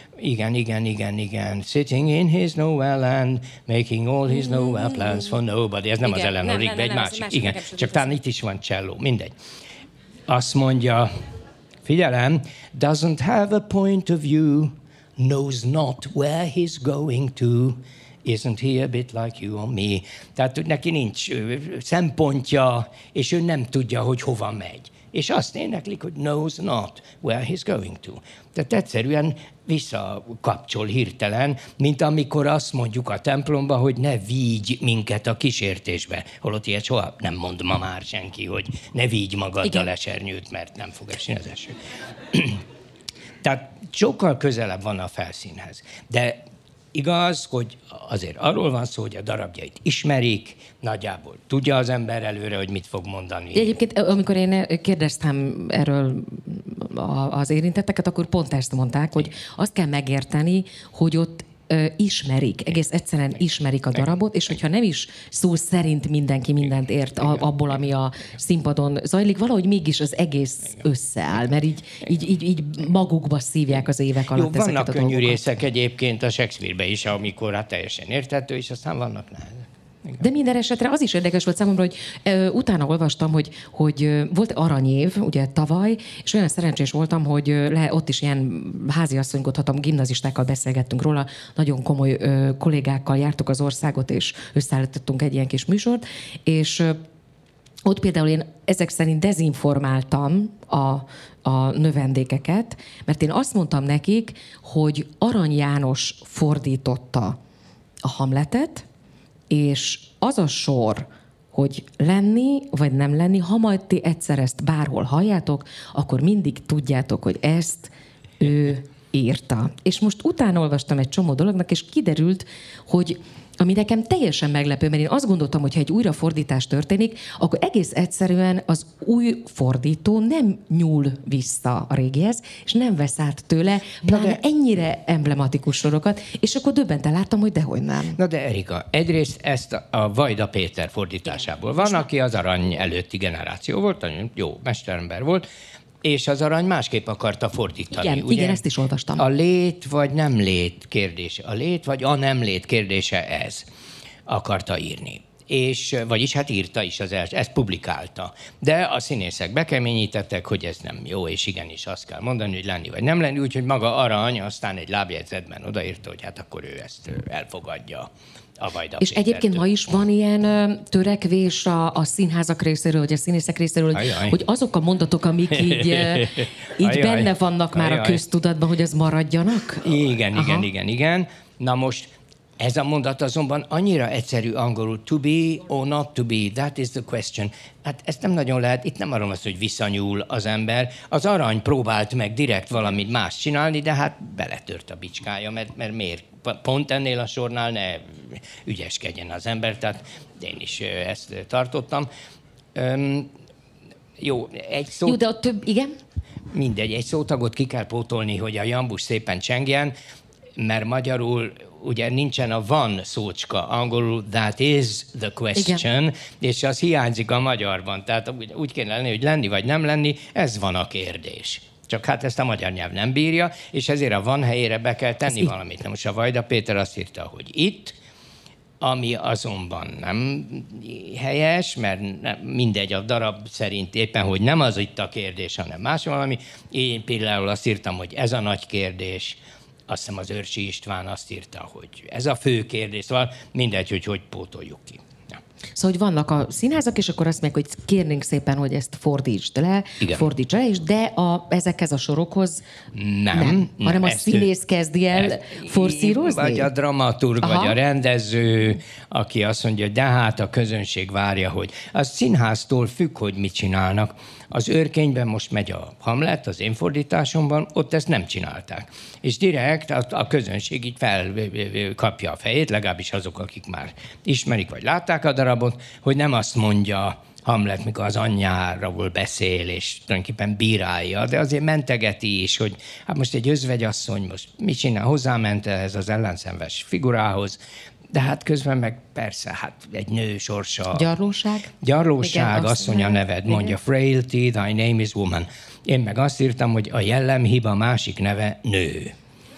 igen. Sitting in his Noel land, making all his Noel plans for nobody. Ez nem igen, az Eleanor Rigby, egy másik. Igen, csak talán itt is van cselló, mindegy. Azt mondja, figyelem, doesn't have a point of view, knows not where he's going to, isn't he a bit like you or me? Tehát neki nincs szempontja, és ő nem tudja, hogy hova megy. És azt éneklik, hogy knows not where he's going to. Tehát egyszerűen visszakapcsol hirtelen, mint amikor azt mondjuk a templomba, hogy ne vigy minket a kísértésbe. Holott ilyet soha nem mond ma már senki, hogy ne vigy magaddal esernyőt, mert nem fog esni az eső. Tehát sokkal közelebb van a felszínhez. De igaz, hogy azért arról van szó, hogy a darabjait ismerik, nagyjából tudja az ember előre, hogy mit fog mondani. Egyébként, amikor én kérdeztem erről az érintetteket, akkor pont ezt mondták, hogy azt kell megérteni, hogy ott ismerik, egész egyszerűen ismerik a darabot, és hogyha nem is szó szerint mindenki mindent ért abból, ami a színpadon zajlik, valahogy mégis az egész összeáll, mert így magukba szívják az évek alatt ezeket a dolgokat. Vannak könnyű részek egyébként a Shakespeare-be is, amikor hát teljesen érthető, és aztán vannak nehezek. De minden esetre az is érdekes volt számomra, hogy utána olvastam, hogy volt aranyév, ugye tavaly, és olyan szerencsés voltam, hogy ott is ilyen háziasszonykodhatom, gimnazistákkal beszélgettünk róla, nagyon komoly kollégákkal jártuk az országot, és összeállítottunk egy ilyen kis műsort, és ott például én ezek szerint dezinformáltam a növendékeket, mert én azt mondtam nekik, hogy Arany János fordította a Hamletet, és az a sor, hogy lenni, vagy nem lenni, ha majd ti egyszer ezt bárhol halljátok, akkor mindig tudjátok, hogy ezt ő írta. És most utána olvastam egy csomó dolognak, és kiderült, hogy Ami nekem teljesen meglepő, mert én azt gondoltam, hogy ha egy újrafordítás történik, akkor egész egyszerűen az új fordító nem nyúl vissza a régihez, és nem vesz át tőle, pláne ennyire emblematikus sorokat, és akkor döbbenten láttam, hogy dehogy nem. Na de Erika, egyrészt ezt a Vajda Péter fordításából van, aki az Arany előtti generáció volt, nagyon jó mesterember volt, és az Arany másképp akarta fordítani. Igen, ugye? igen, ezt is olvastam. A lét vagy nem lét kérdése, a lét vagy a nem lét kérdése ez akarta írni. És, vagyis hát írta is az első, ezt publikálta. De a színészek bekeményítettek, hogy ez nem jó, és igenis azt kell mondani, hogy lenni vagy nem lenni, úgyhogy maga Arany aztán egy lábjegyzetben odaírta, hogy hát akkor ő ezt elfogadja. És egyébként ma is van ilyen törekvés a színházak részéről, vagy a színészek részéről, hogy azok a mondatok, amik így benne vannak már a köztudatban, hogy az maradjanak? Igen. Na most ez a mondat azonban annyira egyszerű angolul, to be or not to be, that is the question. Hát ezt nem nagyon lehet, itt nem arról az, hogy visszanyúl az ember. Az Arany próbált meg direkt valamit más csinálni, de hát beletört a bicskája, mert miért? Pont ennél a sornál ne ügyeskedjen az ember, tehát én is ezt tartottam. Jó, egy szót... Jó, de a több, igen? Mindegy, egy szótagot ki kell pótolni, hogy a jambus szépen csengjen, mert magyarul ugye nincsen a van szócska, angolul that is the question, igen. És az hiányzik a magyarban. Tehát úgy kéne lenni, hogy lenni vagy nem lenni, ez van a kérdés. Csak hát ezt a magyar nyelv nem bírja, és ezért a van helyére be kell tenni valamit. Na most a Vajda Péter azt írta, hogy itt, ami azonban nem helyes, mert mindegy, a darab szerint éppen, hogy nem az itt a kérdés, hanem más valami. Én például azt írtam, hogy ez a nagy kérdés, azt hiszem az Őrsi István azt írta, hogy ez a fő kérdés, szóval mindegy, hogy pótoljuk ki. Ja. Szóval, hogy vannak a színházak, és akkor azt mondják, hogy kérnénk szépen, hogy ezt fordítsd le, is, de ezekhez a sorokhoz nem hanem a színész kezdi el forszírozni? Vagy a dramaturg, vagy a rendező, aki azt mondja, hogy de hát a közönség várja, hogy a színháztól függ, hogy mit csinálnak. Az Őrkényben most megy a Hamlet, az én fordításomban, ott ezt nem csinálták. És direkt a közönség így felkapja a fejét, legalábbis azok, akik már ismerik, vagy látták a darabot, hogy nem azt mondja Hamlet, mikor az anyjáról beszél, és tulajdonképpen bírálja, de azért mentegeti is, hogy hát most egy özvegyasszony most mit csinál, hozzáment ehhez az ellenszenves figurához, de hát közben meg persze, hát egy nő sorsa... Gyarlóság? Gyarlóság, asszony a neved, mondja, frailty, thy name is woman. Én meg azt írtam, hogy a jellemhiba másik neve nő.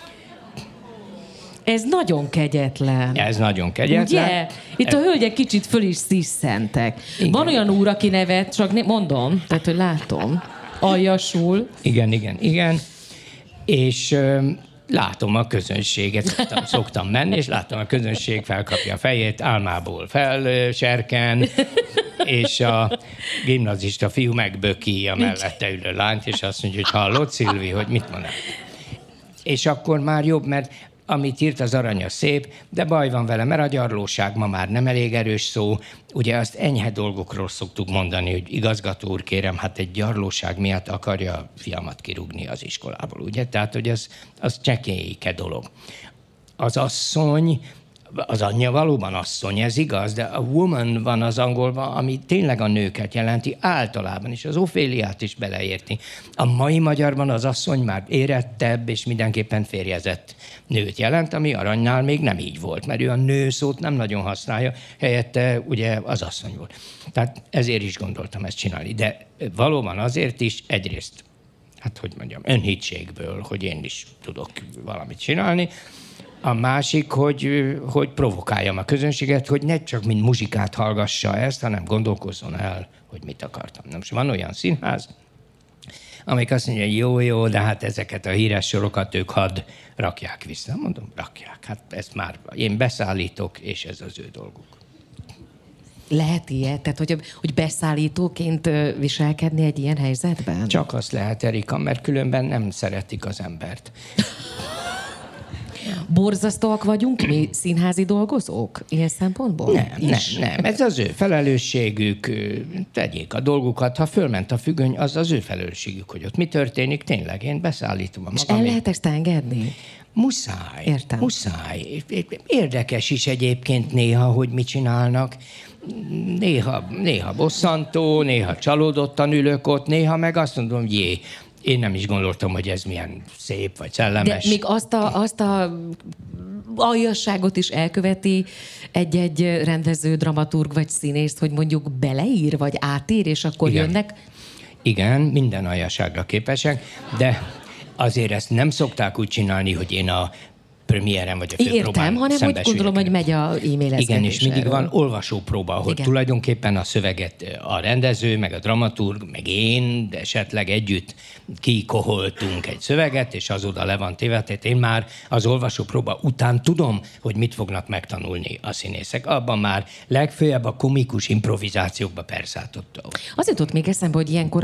Ez nagyon kegyetlen. Ez nagyon kegyetlen. Ugye? Itt a hölgyek kicsit föl is sziszentek. Igen. Van olyan úr, aki nevet, csak mondom, tehát hogy látom, aljasul. Igen. És... látom a közönséget, szoktam menni, és látom a közönség felkapja a fejét, álmából felserken, és a gimnazista fiú megböki a mellette ülő lányt, és azt mondja, hogy hallod, Szilvi, hogy mit mondod? És akkor már jobb, mert amit írt az Arany, az szép, de baj van vele, mert a gyarlóság ma már nem elég erős szó. Ugye azt enyhe dolgokról szoktuk mondani, hogy igazgató úr, kérem, hát egy gyarlóság miatt akarja a fiamat kirúgni az iskolából, ugye? Tehát, hogy az csekélyke dolog. Az asszony, az anyja valóban asszony, ez igaz, de a woman van az angolban, ami tényleg a nőket jelenti általában, és az Oféliát is beleérti. A mai magyarban az asszony már érettebb, és mindenképpen férjezett nőt jelent, ami Aranynál még nem így volt, mert ő a nő szót nem nagyon használja, helyette ugye az asszony volt. Tehát ezért is gondoltam ezt csinálni, de valóban azért is egyrészt, hát hogy mondjam, önhitségből, hogy én is tudok valamit csinálni. A másik, hogy provokáljam a közönséget, hogy ne csak mint muzsikát hallgassa ezt, hanem gondolkozzon el, hogy mit akartam. Na most van olyan színház, amelyik azt mondja, hogy jó, de hát ezeket a híres sorokat ők hadd rakják vissza. Mondom, rakják. Hát ezt már én beszállítok, és ez az ő dolguk. Lehet ilyet? Tehát, hogy beszállítóként viselkedni egy ilyen helyzetben? Csak azt lehet, Erika, mert különben nem szeretik az embert. Borzasztóak vagyunk mi színházi dolgozók ilyen szempontból? Nem. Ez az ő felelősségük, tegyék a dolgukat. Ha fölment a függöny, az az ő felelősségük, hogy ott mi történik. Tényleg, én beszállítom a magam. És el lehet ezt engedni? Muszáj. Értem. Muszáj. Érdekes is egyébként néha, hogy mit csinálnak. Néha bosszantó, néha csalódottan ülök ott, néha meg azt mondom, hogy én nem is gondoltam, hogy ez milyen szép vagy szellemes. De még azt a aljasságot is elköveti egy rendező, dramaturg vagy színész, hogy mondjuk beleír, vagy átír, és akkor Igen. jönnek? Igen, minden aljasságra képesek, de azért ezt nem szokták úgy csinálni, hogy én a premiéren vagy a főpróbán Értem, hanem hogy gondolom, hogy megy a e-mailezgetés. Igen, és mindig van olvasópróba, hogy igen. tulajdonképpen a szöveget a rendező, meg a dramaturg, meg én, de esetleg együtt kikoholtunk egy szöveget, és az oda le van téve. Tehát én már az olvasópróba után tudom, hogy mit fognak megtanulni a színészek. Abban már legfőjebb a komikus improvizációkba persze ott. Az jutott még eszembe, hogy ilyenkor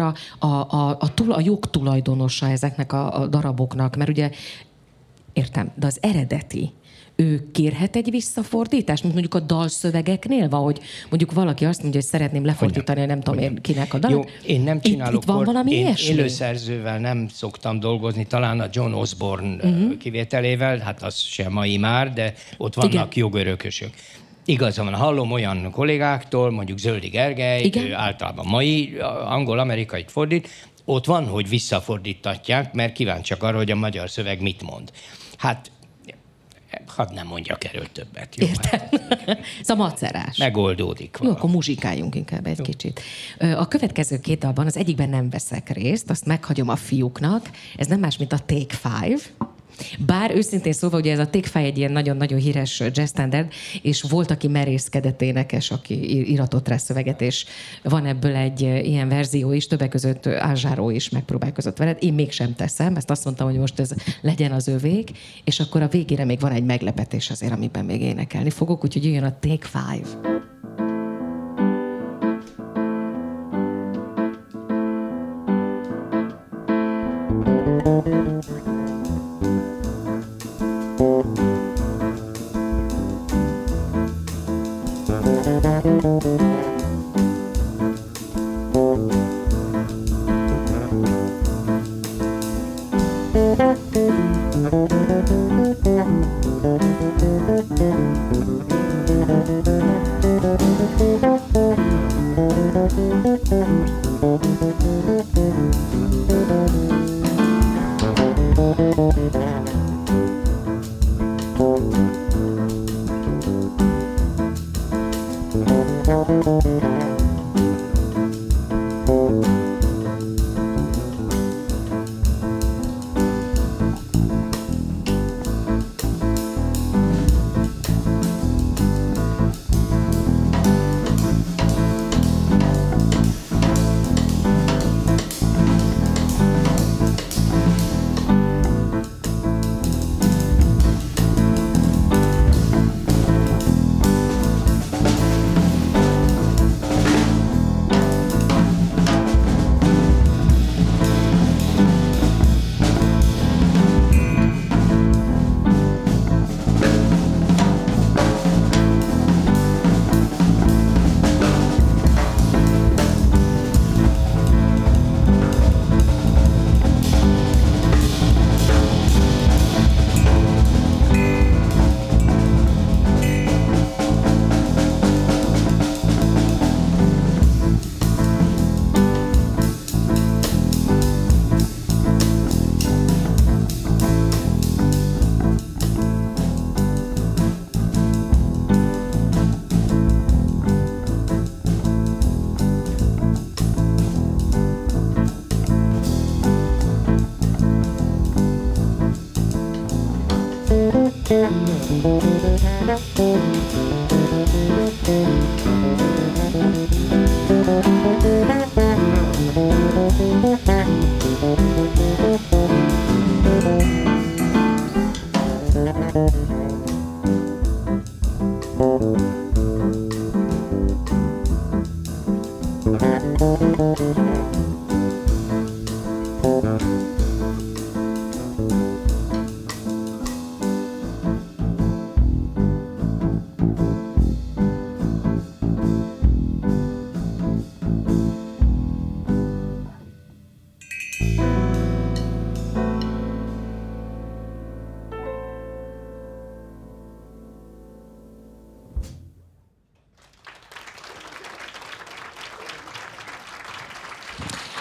a jogtulajdonosa ezeknek a daraboknak, mert ugye értem, de az eredeti, ő kérhet egy visszafordítást, mint mondjuk a dalszövegeknél van, hogy mondjuk valaki azt mondja, hogy szeretném lefordítani, nem tudom én kinek a dalat. Jó, én nem csinálok. Itt van valami ilyesmi? Élőszerzővel nem szoktam dolgozni, talán a John Osborne kivételével, hát az sem mai már, de ott vannak jogörökösök. Igaza van, hallom olyan kollégáktól, mondjuk Zöldi Gergely, ő általában mai angol-amerikait fordít, ott van, hogy visszafordítatják, mert kíváncsiak arra, hogy a magyar szöveg mit mond. Hát, hadd nem mondjak erről többet. Jó? Értem. Szóval macerás. Megoldódik. Jó, akkor muzsikáljunk inkább egy kicsit. A következő 2 dalban, az egyikben nem veszek részt, azt meghagyom a fiúknak. Ez nem más, mint a Take 5. Bár őszintén szóval, ugye ez a Take 5 egy ilyen nagyon-nagyon híres jazz standard, és volt, aki merészkedett énekes, aki iratott rá szöveget, és van ebből egy ilyen verzió is, többek között Ázsáró is megpróbálkozott veled. Én mégsem teszem, ezt azt mondtam, hogy most ez legyen az övék, és akkor a végére még van egy meglepetés azért, amiben még énekelni fogok, úgyhogy jöjjön a Take 5.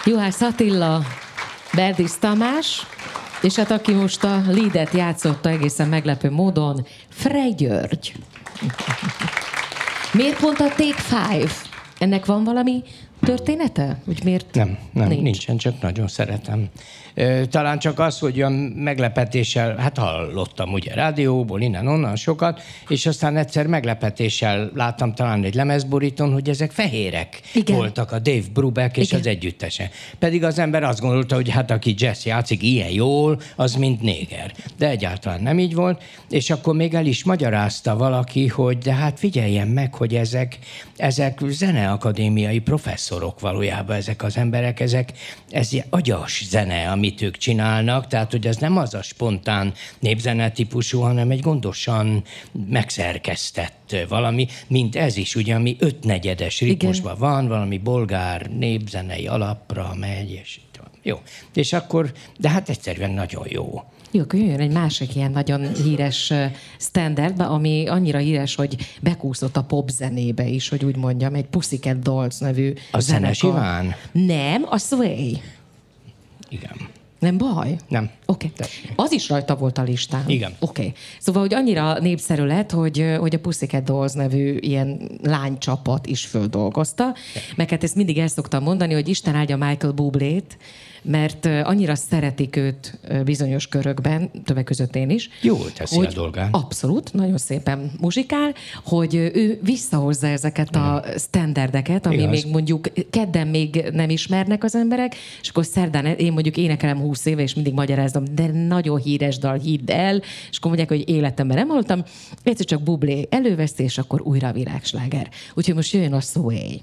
Juhász Attila, Berdis Tamás, és hát aki most a leadet játszotta egészen meglepő módon, Frey György. Miért pont a Take 5? Ennek van valami története? Hogy miért? Nem, nincsen, csak nagyon szeretem. Talán csak az, hogy olyan meglepetéssel, hát hallottam ugye rádióból, innen-onnan sokat, és aztán egyszer meglepetéssel láttam talán egy lemezborítón, hogy ezek fehérek voltak, a Dave Brubeck és az együttese. Pedig az ember azt gondolta, hogy hát aki jazz játszik ilyen jól, az mint néger. De egyáltalán nem így volt, és akkor még el is magyarázta valaki, hogy de hát figyeljen meg, hogy ezek zeneakadémiai professzorok valójában ezek az emberek, ez agyas zene, amit ők csinálnak, tehát hogy ez nem az a spontán népzene típusú, hanem egy gondosan megszerkesztett valami, mint ez is, ugye, ami 5/4 ritmusban van, valami bolgár népzenei alapra megy, és jó. És akkor, de hát egyszerűen nagyon jó. Jó, akkor jöjjön egy másik ilyen nagyon híres standardbe, ami annyira híres, hogy bekúszott a popzenébe is, hogy úgy mondjam, egy Pussycat Dolls nevű a Zenes Iván? Nem, a Sway. Igen. Nem baj? Nem. Oké. Az is rajta volt a listán. Igen. Oké. Szóval, hogy annyira népszerű lett, hogy a Pussycat Dolls nevű ilyen lánycsapat is földolgozta. Meg hát ezt mindig el szoktam mondani, hogy Isten áldja Michael Bublét, mert annyira szeretik őt bizonyos körökben, többek között én is. Jól teszi a dolgán. Abszolút, nagyon szépen muzsikál, hogy ő visszahozza ezeket a standardeket, ami még mondjuk kedden még nem ismernek az emberek, és akkor szerdán én mondjuk énekelem 20 éve, és mindig magyarázom, de nagyon híres dal, hidd el, és akkor mondják, hogy életemben nem hallottam, egyszer csak Bublé előveszi, és akkor újra világsláger. Úgyhogy most jöjjön a Sway.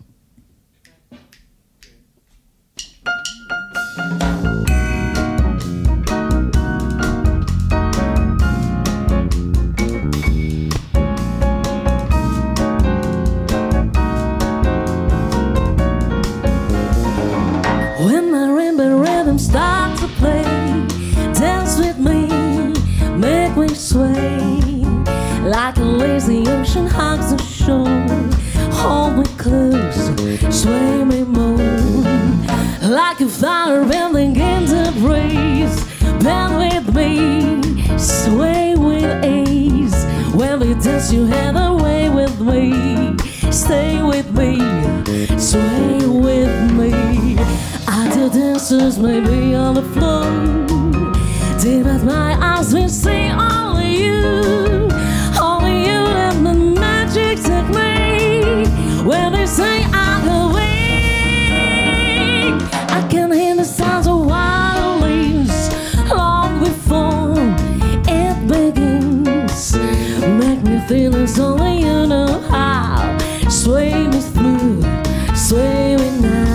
When my rainbow rhythm starts to play, dance with me, make me sway. Like a lazy ocean hugs the shore, hold me close, sway me more. Like a fire bending into breeze, bend with me, sway with ease. When we dance you have a way with me, stay with me, sway with me. Other dancers may be on the floor, deep at my eyes will see only you and the magic technique. When they say I'm awake, I can hear the sounds of wild leaves long before it begins. Make me feel as only you know how. Sway me through, sway me now.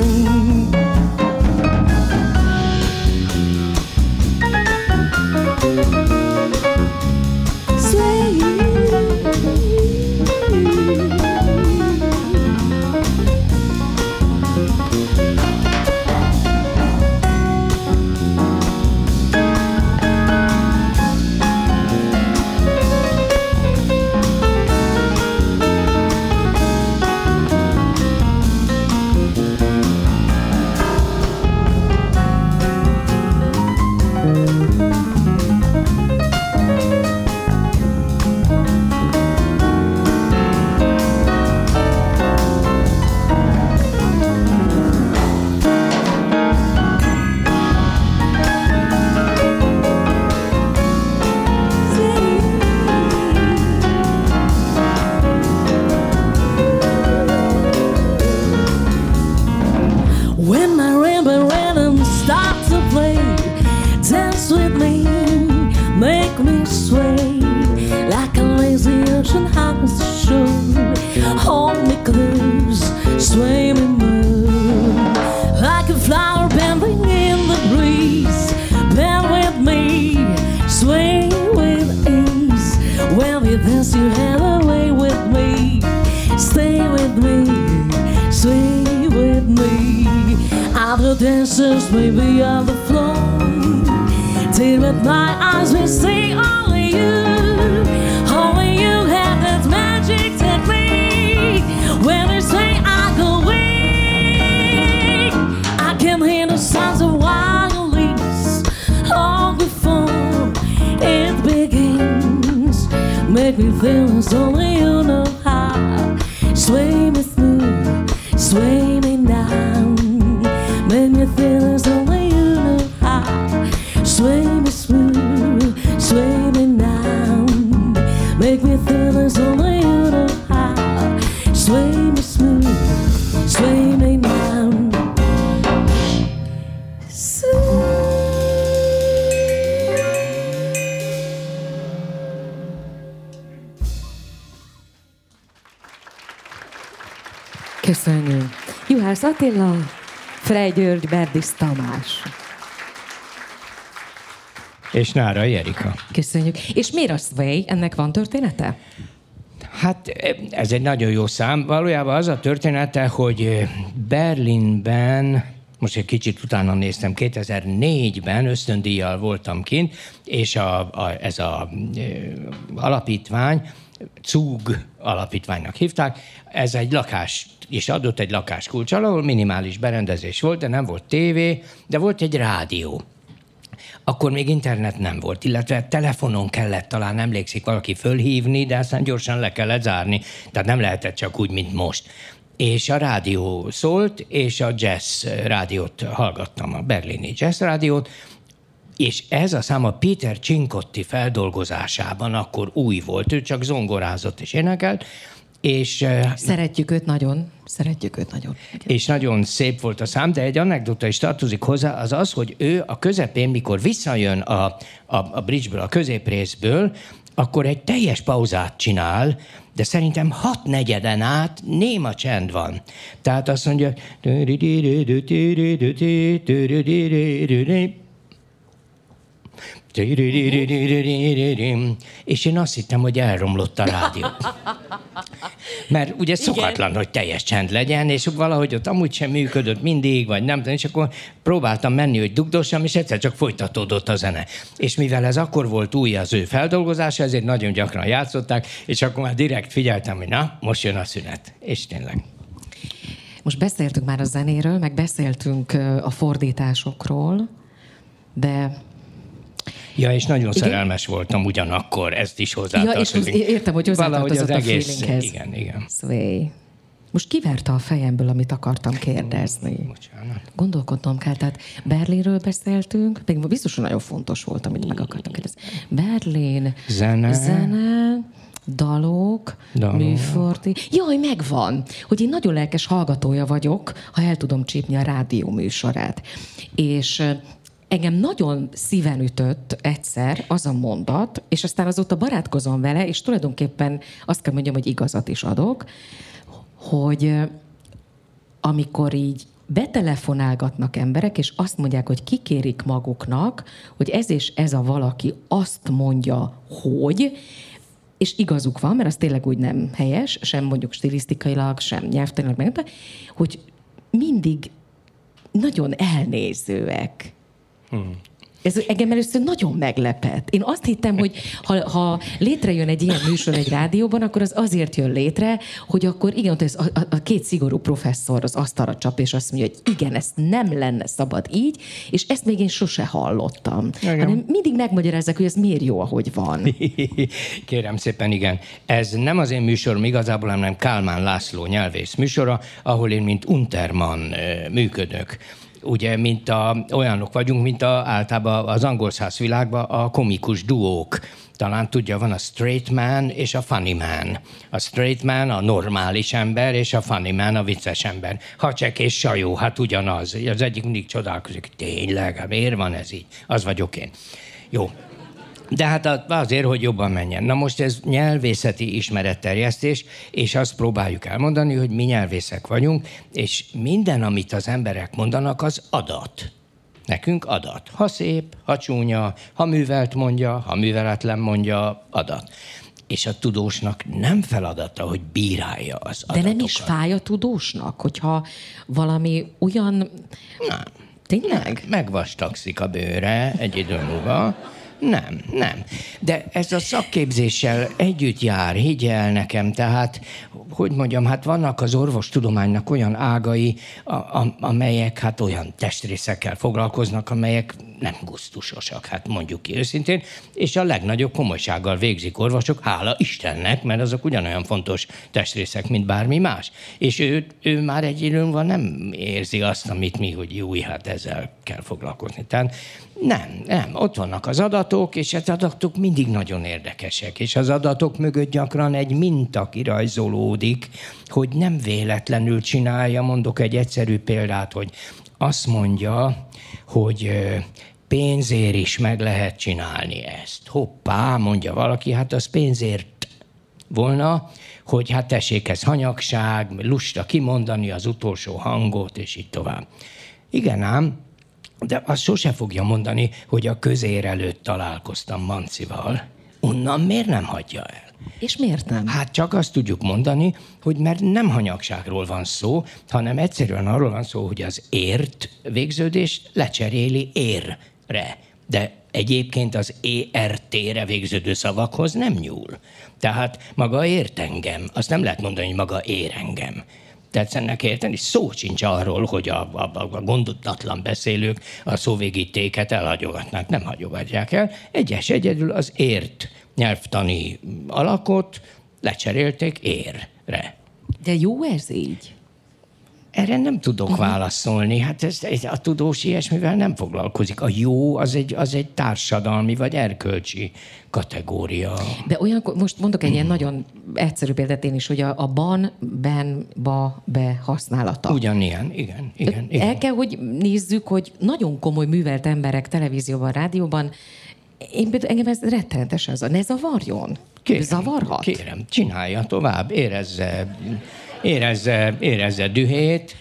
Dancers may be on the floor, till with my eyes will see only you have that magic technique. When they say I go weak, I can hear make me feel as only you know how. Sway me through, sway me down, make me feel as only you know how. Sway me through, sway me down, make me feel as only you know how. Sway me through, sway me down. Köszönjük. Juhász Attila, Frey György, Berdis Tamás. És Nárai Erika. Köszönjük. És miért a Sway? Ennek van története? Hát ez egy nagyon jó szám. Valójában az a története, hogy Berlinben, most egy kicsit utána néztem, 2004-ben ösztöndíjjal voltam kint, és ez az alapítvány, CUG alapítványnak hívták, ez egy lakást is adott, egy lakáskulccsal, ahol minimális berendezés volt, de nem volt tévé, de volt egy rádió. Akkor még internet nem volt, illetve telefonon kellett, talán emlékszik valaki fölhívni, de aztán gyorsan le kellett zárni, tehát nem lehetett csak úgy, mint most. És a rádió szólt, és a jazz rádiót hallgattam, a berlini jazz rádiót, és ez a szám a Peter Cincotti feldolgozásában akkor új volt, ő csak zongorázott és énekelt, és Szeretjük őt nagyon. Szeretjük őt nagyon. és nagyon szép volt a szám, de egy anekdota is tartozik hozzá, az az, hogy ő a közepén, mikor visszajön a bridgeből, a középrészből, akkor egy teljes pauzát csinál, de szerintem 6/4 át néma csend van. Tehát azt mondja, és én azt hittem, hogy elromlott a rádió. Mert ugye szokatlan, hogy teljes csend legyen, és valahogy ott amúgy sem működött mindig, vagy nem tudom, és akkor próbáltam menni, hogy dugdossam, és egyszer csak folytatódott a zene. És mivel ez akkor volt új az ő feldolgozása, ezért nagyon gyakran játszották, és akkor már direkt figyeltem, hogy na, most jön a szünet. És tényleg. Most beszéltünk már a zenéről, meg beszéltünk a fordításokról, de... Ja, és nagyon szerelmes voltam ugyanakkor, ezt is hozzátartozik. Ja, és értem, hogy hozzátartozott a feelinghez. Igen. Sway. Most kiverte a fejemből, amit akartam kérdezni. Bocsánat. Gondolkodnom kell, tehát Berlinről beszéltünk, még biztos, hogy nagyon fontos volt, amit meg akartam kérdezni. Berlin, zene, dalok, műfordi. Jaj, megvan, hogy én nagyon lelkes hallgatója vagyok, ha el tudom csípni a rádió műsorát. És engem nagyon szíven ütött egyszer az a mondat, és aztán azóta barátkozom vele, és tulajdonképpen azt kell mondjam, hogy igazat is adok, hogy amikor így betelefonálgatnak emberek, és azt mondják, hogy kikérik maguknak, hogy ez és ez a valaki azt mondja, hogy, és igazuk van, mert az tényleg úgy nem helyes, sem mondjuk stilisztikailag, sem nyelvtanilag, hogy mindig nagyon elnézőek. Ez engem először nagyon meglepett. Én azt hittem, hogy ha létrejön egy ilyen műsor egy rádióban, akkor az azért jön létre, hogy akkor igen, ez a két szigorú professzor az asztalra csap, és azt mondja, hogy igen, ezt nem lenne szabad így, és ezt még én sose hallottam. Igen. Hanem mindig megmagyarázzák, hogy ez miért jó, ahogy van. Kérem szépen, igen. Ez nem az én műsorom igazából, hanem Kálmán László nyelvész műsora, ahol én mint Untermann működök. Ugye, olyanok vagyunk, mint általában az angol száz világban a komikus duók. Talán tudja, van a straight man és a funny man. A straight man a normális ember, és a funny man a vicces ember. Hacsek és sajó, hát ugyanaz. Az egyik mindig csodálkozik, tényleg, miért van ez így? Az vagyok én. Jó. De hát azért, hogy jobban menjen. Na most ez nyelvészeti ismeretterjesztés, és azt próbáljuk elmondani, hogy mi nyelvészek vagyunk, és minden, amit az emberek mondanak, az adat. Nekünk adat. Ha szép, ha csúnya, ha művelt mondja, ha műveletlen mondja, adat. És a tudósnak nem feladata, hogy bírálja az adatokat. De nem is fáj a tudósnak, hogyha valami olyan... Nem. Tényleg? Megvastagszik a bőre egy idő múlva. Nem. De ez a szakképzéssel együtt jár, higgyel nekem, tehát, hogy mondjam, hát vannak az orvostudománynak olyan ágai, amelyek hát olyan testrészekkel foglalkoznak, amelyek nem gusztusosak, hát mondjuk ki őszintén, és a legnagyobb komolysággal végzik orvosok, hála Istennek, mert azok ugyanolyan fontos testrészek, mint bármi más. És ő már egy időn nem érzi azt, amit mi, hogy jó, hát ezzel kell foglalkozni. Tehát nem, ott vannak az adatok, és az adatok mindig nagyon érdekesek, és az adatok mögött gyakran egy minta kirajzolódik, hogy nem véletlenül csinálja, mondok egy egyszerű példát, hogy azt mondja, hogy pénzért is meg lehet csinálni ezt. Hoppá, mondja valaki, hát az pénzért volna, hogy hát tessék, ez hanyagság, lusta kimondani az utolsó hangot, és így tovább. Igen ám, de azt sose fogja mondani, hogy a közér előtt találkoztam Mancival. Onnan miért nem hagyja el? És miért nem? Hát csak azt tudjuk mondani, hogy mert nem hanyagságról van szó, hanem egyszerűen arról van szó, hogy az ért végződést lecseréli érre. De egyébként az ERT-re végződő szavakhoz nem nyúl. Tehát maga ért engem, azt nem lehet mondani, hogy maga ér engem. Tetszenek érteni? Szó sincs arról, hogy a gondotlatlan beszélők a szóvégítéket elhagyogatnák. Nem hagyogatják el. Egyedül az ért nyelvtani alakot lecserélték érre. De jó ez így? Erre nem tudok válaszolni. Hát ez a tudós ilyesmivel nem foglalkozik. A jó az egy társadalmi vagy erkölcsi kategória. De olyankor, most mondok egy ilyen nagyon egyszerű példát én is, hogy a ban, ben, ba, be használata. Ugyanilyen, igen. El kell, hogy nézzük, hogy nagyon komoly művelt emberek televízióban, rádióban, engem ez rettenetesen ne zavarjon. Zavarhat? Kérem, csinálja tovább, érezze dühét.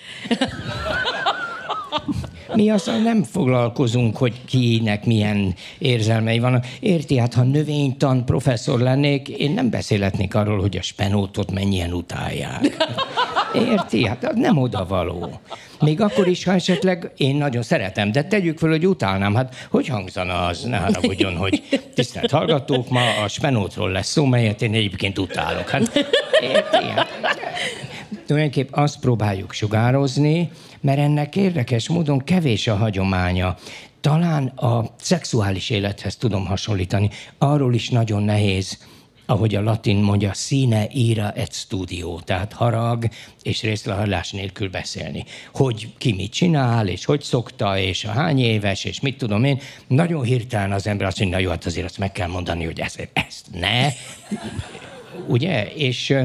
Mi azzal nem foglalkozunk, hogy kinek milyen érzelmei vannak. Érti, hát ha növénytan professzor lennék, én nem beszélhetnék arról, hogy a spenótot mennyien utálják. Érti, hát az nem odavaló. Még akkor is, ha esetleg én nagyon szeretem, de tegyük föl, hogy utálnám. Hát hogy hangzana az, ne haragudjon, hogy tisztelt hallgatók, ma a spenótról lesz szó, melyet én egyébként utálok. Hát érti, hát tulajdonképp azt próbáljuk sugározni, mert ennek érdekes módon kevés a hagyománya. Talán a szexuális élethez tudom hasonlítani. Arról is nagyon nehéz, ahogy a latin mondja, sine ira et studio, tehát harag és részlehajlás nélkül beszélni. Hogy ki mit csinál, és hogy szokta, és a hány éves, és mit tudom én. Nagyon hirtelen az ember azt mondja, jó, hát azért azt meg kell mondani, hogy ezt ne. Ugye? És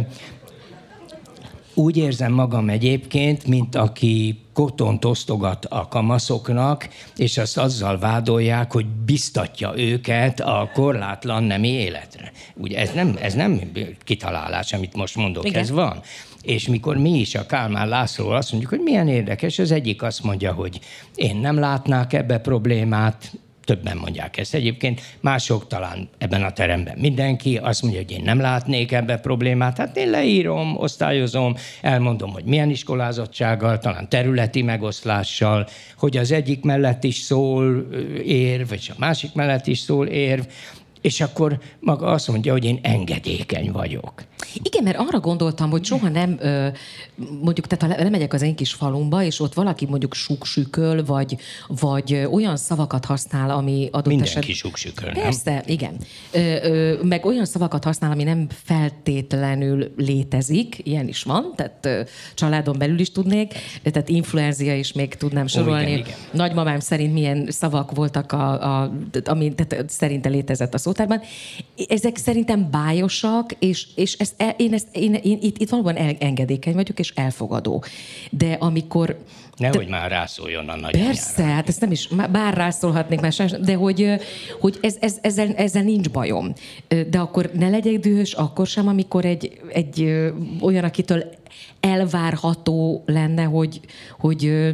úgy érzem magam egyébként, mint aki kotont osztogat a kamaszoknak, és azt azzal vádolják, hogy biztatja őket a korlátlan nemi életre. Ugye ez nem kitalálás, amit most mondok, igen. Ez van. És mikor mi is a Kálmán Lászlóról azt mondjuk, hogy milyen érdekes, az egyik azt mondja, hogy én nem látnák ebbe problémát, többen mondják ezt egyébként, mások talán ebben a teremben mindenki azt mondja, hogy én nem látnék ebbe problémát, hát én leírom, osztályozom, elmondom, hogy milyen iskolázottsággal, talán területi megoszlással, hogy az egyik mellett is szól érv, vagy a másik mellett is szól érv, és akkor maga azt mondja, hogy én engedékeny vagyok. Igen, mert arra gondoltam, hogy soha nem, mondjuk, tehát ha lemegyek az én kis falumba, és ott valaki mondjuk suksüköl, vagy olyan szavakat használ, ami adott mindenki suksüköl, nem? Persze, igen. Meg olyan szavakat használ, ami nem feltétlenül létezik, ilyen is van, tehát családon belül is tudnék, tehát influenzia is még tudnám sorolni. Igen. Nagymamám szerint milyen szavak voltak, ami tehát szerinte létezett a szótárban. Ezek szerintem bájosak, és én itt valóban engedékeny vagyok, és elfogadó. De amikor... Nehogy már rászóljon a nagyanyára. Persze, hát ezt nem is, bár rászólhatnék már sajnos, de hogy ezzel nincs bajom. De akkor ne legyek dühös, akkor sem, amikor egy olyan, akitől elvárható lenne, hogy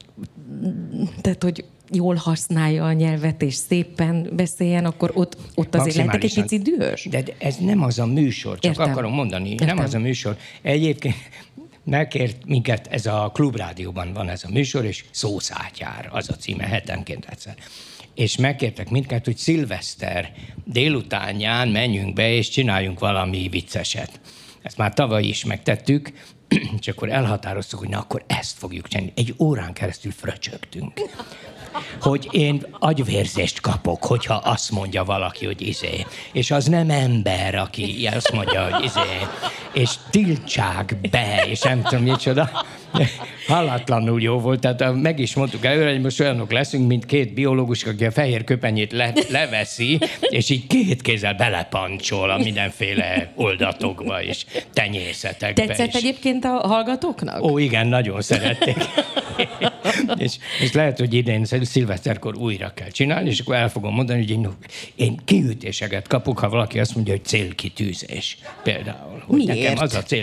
jól használja a nyelvet, és szépen beszéljen, akkor ott azért lehetek egy picit dühös. De ez nem az a műsor, csak értem. Akarom mondani, értem. Nem az a műsor. Egyébként megkért minket, ez a Klubrádióban van ez a műsor, és Szószátyár, az a címe, hetenként egyszer. És megkértek minket, hogy szilveszter délutánján menjünk be, és csináljunk valami vicceset. Ezt már tavaly is megtettük, És akkor elhatároztuk, hogy na akkor ezt fogjuk csinálni. Egy órán keresztül fröcsögtünk. Hogy én agyvérzést kapok, hogyha azt mondja valaki, hogy és az nem ember, aki azt mondja, hogy és tiltsák be, és nem tudom micsoda. Hallatlanul jó volt, tehát meg is mondtuk előre, hogy most olyanok leszünk, mint két biológus, aki a fehér köpenyét leveszi, és így két kézzel belepancsol a mindenféle oldatokba és tenyészetekbe. Tetszett egyébként a hallgatóknak? Ó, igen, nagyon szerették. és lehet, hogy idén szilveszterkor újra kell csinálni, és akkor el fogom mondani, hogy én kiütéseket kapok, ha valaki azt mondja, hogy célkitűzés. Például. Hogy miért? Nekem az a cél...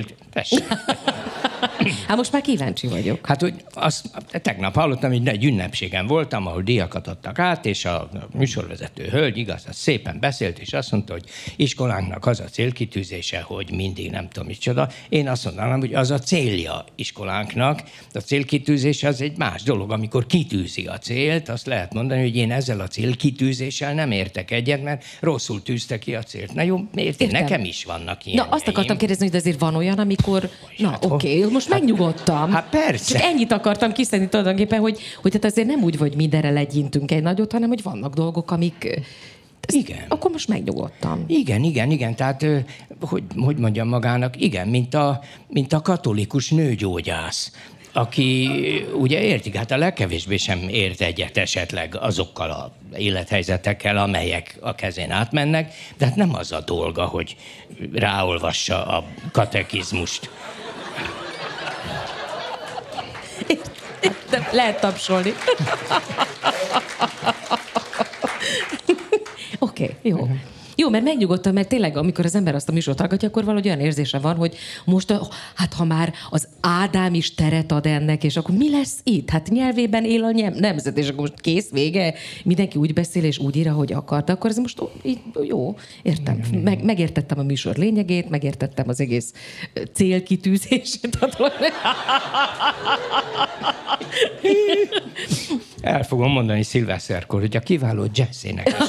Hát most már kíváncsi vagyok. Hát, hogy tegnap hallottam, hogy egy ünnepségen voltam, ahol díjakat adtak át, és a műsorvezető hölgy, igaz, az szépen beszélt, és azt mondta, hogy iskolánknak az a célkitűzése, hogy mindig nem tudom micsoda. Én azt mondanám, hogy az a célja iskolánknak. A célkitűzés az egy más dolog. Amikor kitűzi a célt, azt lehet mondani, hogy én ezzel a célkitűzéssel nem értek egyet, mert rosszul tűzte ki a célt. Na jó, értem, nekem is vannak ilyen. Na, azt akartam kérdezni, hogy azért van olyan, amikor... Na, oké, most megnyugodtam. Hát persze. Csak ennyit akartam kiszedni tulajdonképpen, hogy hát azért nem úgy, hogy mindenre legyintünk egy nagyot, hanem hogy vannak dolgok, amik... Igen. Akkor most megnyugodtam. Igen. Tehát, hogy mondjam magának, igen, mint a katolikus nőgyógyász, aki ugye értik, hát a legkevésbé sem ért egyet esetleg azokkal a élethelyzetekkel, amelyek a kezén átmennek, de hát nem az a dolga, hogy ráolvassa a katekizmust. De lehet tapsolni. Oké, jó. Jó, mert megnyugodtam, mert tényleg, amikor az ember azt a műsort hallgatja, akkor valahogy olyan érzése van, hogy most, hát ha már az Ádám is teret ad ennek, és akkor mi lesz itt? Hát nyelvében él a nemzet, és akkor most kész, vége, mindenki úgy beszél, és úgy ír, ahogy akar, de akkor ez most így, jó, értem. Megértettem a műsor lényegét, megértettem az egész célkitűzését. El fogom mondani szilveszterkor, hogy a kiváló jazzénekes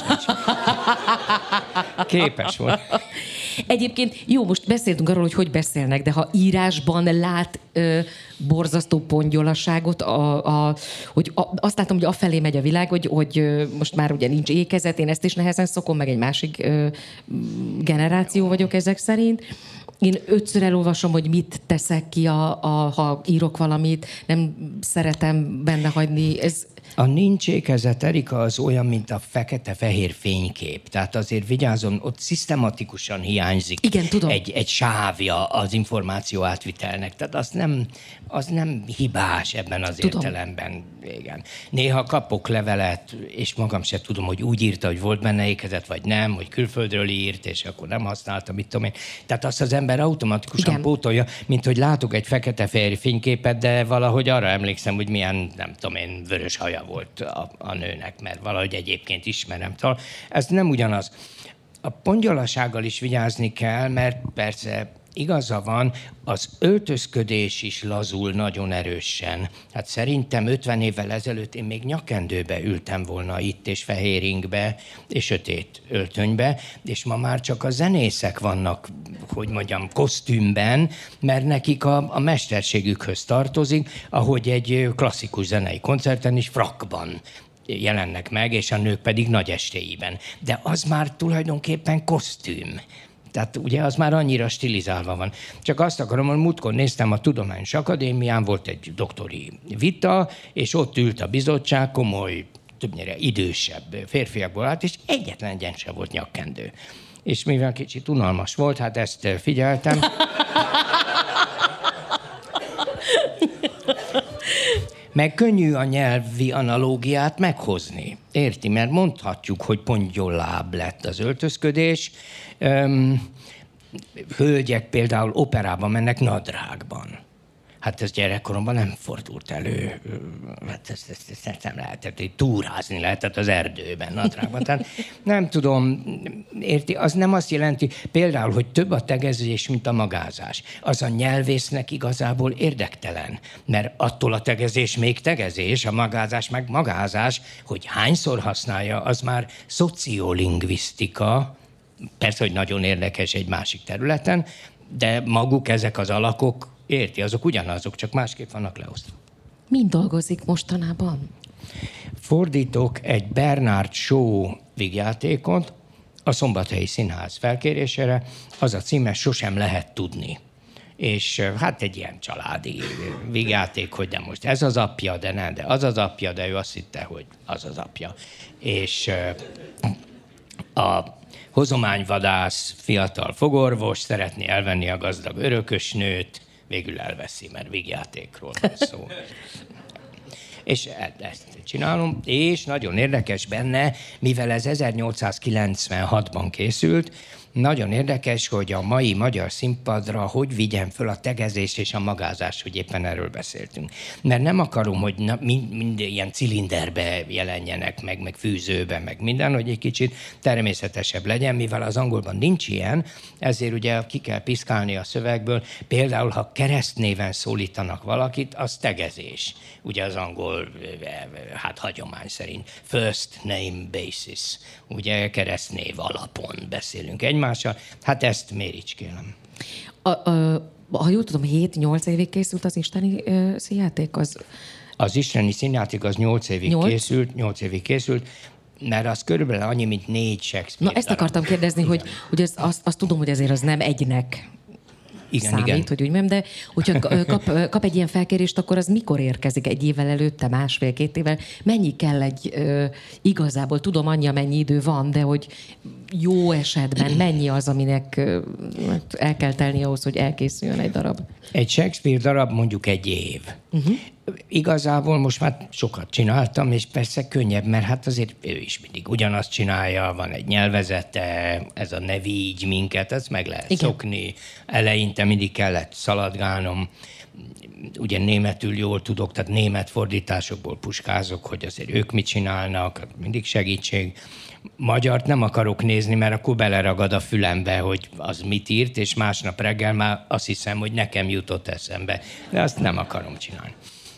képes volt. Egyébként, jó, most beszéltünk arról, hogy beszélnek, de ha írásban lát borzasztó pongyolaságot, hogy azt látom, hogy afelé megy a világ, hogy most már ugye nincs ékezet, én ezt is nehezen szokom, meg egy másik generáció vagyok ezek szerint. Én 5-ször elolvasom, hogy mit teszek ki, ha írok valamit, nem szeretem benne hagyni. A nincs ékezet, Erika, az olyan, mint a fekete-fehér fénykép. Tehát azért vigyázom, ott szisztematikusan hiányzik. Igen, tudom. Egy sávja az információ átvitelnek. Tehát az nem hibás ebben az értelemben. Igen. Néha kapok levelet, és magam sem tudom, hogy úgy írta, hogy volt benne ékezet, vagy nem, hogy külföldről írt, és akkor nem használta, mit tudom én. Tehát azt az ember automatikusan pótolja, mint hogy látok egy fekete-fehér fényképet, de valahogy arra emlékszem, hogy milyen, nem tudom én, vörös haja volt a nőnek, mert valahogy egyébként ismerem. Ez nem ugyanaz. A pongyolasággal is vigyázni kell, mert persze igaza van, az öltözködés is lazul nagyon erősen. Hát szerintem 50 évvel ezelőtt én még nyakkendőbe ültem volna itt, és fehér ingbe, és sötét öltönybe, és ma már csak a zenészek vannak, hogy mondjam, kosztümben, mert nekik a mesterségükhöz tartozik, ahogy egy klasszikus zenei koncerten is frakkban jelennek meg, és a nők pedig nagy estéiben. De az már tulajdonképpen kosztüm. Tehát ugye az már annyira stilizálva van. Csak azt akarom, hogy múltkor néztem a Tudományos Akadémián, volt egy doktori vita, és ott ült a bizottság, komoly, többnyire idősebb férfiakból állt, és egyetlen egyen sem volt nyakkendő. És mivel kicsit unalmas volt, hát ezt figyeltem. Meg könnyű a nyelvi analógiát meghozni. Érti? Mert mondhatjuk, hogy pongyollább lett az öltözködés. Hölgyek például operában mennek nadrágban. Hát ez gyerekkoromban nem fordult elő. Hát ezt nem lehetett, hogy túrázni lehetett az erdőben nadrágban. Tehát nem tudom, érti? Az nem azt jelenti, például, hogy több a tegezés, mint a magázás. Az a nyelvésznek igazából érdektelen, mert attól a tegezés még tegezés, a magázás meg magázás, hogy hányszor használja, az már szociolingvisztika, persze, hogy nagyon érdekes egy másik területen, de maguk ezek az alakok Érti, azok ugyanazok, csak másképp vannak leosztva. Mind dolgozik mostanában? Fordítok egy Bernard Shaw vígjátékot a Szombathelyi Színház felkérésére. Az a címe, Sosem lehet tudni. És hát egy ilyen családi vígjáték, hogy de most ez az apja, de nem, de az az apja, de ő azt hitte, hogy az az apja. És a hozományvadász fiatal fogorvos szeretné elvenni a gazdag örökösnőt, végül elveszi, mert vígjátékról van szó. És ezt csinálom, és nagyon érdekes benne, mivel ez 1896-ban készült, nagyon érdekes, hogy a mai magyar színpadra hogy vigyem föl a tegezést és a magázást, hogy éppen erről beszéltünk. Mert nem akarom, hogy mind ilyen cilinderbe jelenjenek, meg fűzőbe, meg minden, hogy egy kicsit természetesebb legyen, mivel az angolban nincs ilyen, ezért ugye ki kell piszkálni a szövegből. Például, ha keresztnéven szólítanak valakit, az tegezés. Ugye az angol, hát hagyomány szerint first name basis, ugye keresztnév alapon beszélünk egymással. Hát ezt méricskélem. Ha jól tudom, 7-8 évig készült az isteni színjáték? Az isteni színjáték az 8 évig készült, mert az körülbelül annyi, mint 4 Shakespeare. Na, ezt akartam kérdezni, hogy azt tudom, hogy azért az nem egynek számít, hogy úgy mondjam, de hogyha kap egy ilyen felkérést, akkor az mikor érkezik? Egy évvel előtte, 1,5-2 évvel? Mennyi kell igazából, tudom annyi, amennyi idő van, de hogy jó esetben mennyi az, aminek el kell telni ahhoz, hogy elkészüljön egy darab? Egy Shakespeare darab mondjuk 1 év. Igazából most már sokat csináltam, és persze könnyebb, mert hát azért ő is mindig ugyanazt csinálja, van egy nyelvezete, ez a ne vigy minket, ezt meg lehet szokni. Eleinte mindig kellett szaladgálnom, ugye németül jól tudok, tehát német fordításokból puskázok, hogy azért ők mit csinálnak, mindig segítség. Magyart nem akarok nézni, mert akkor beleragad a fülembe, hogy az mit írt, és másnap reggel már azt hiszem, hogy nekem jutott eszembe. De azt nem akarom csinálni.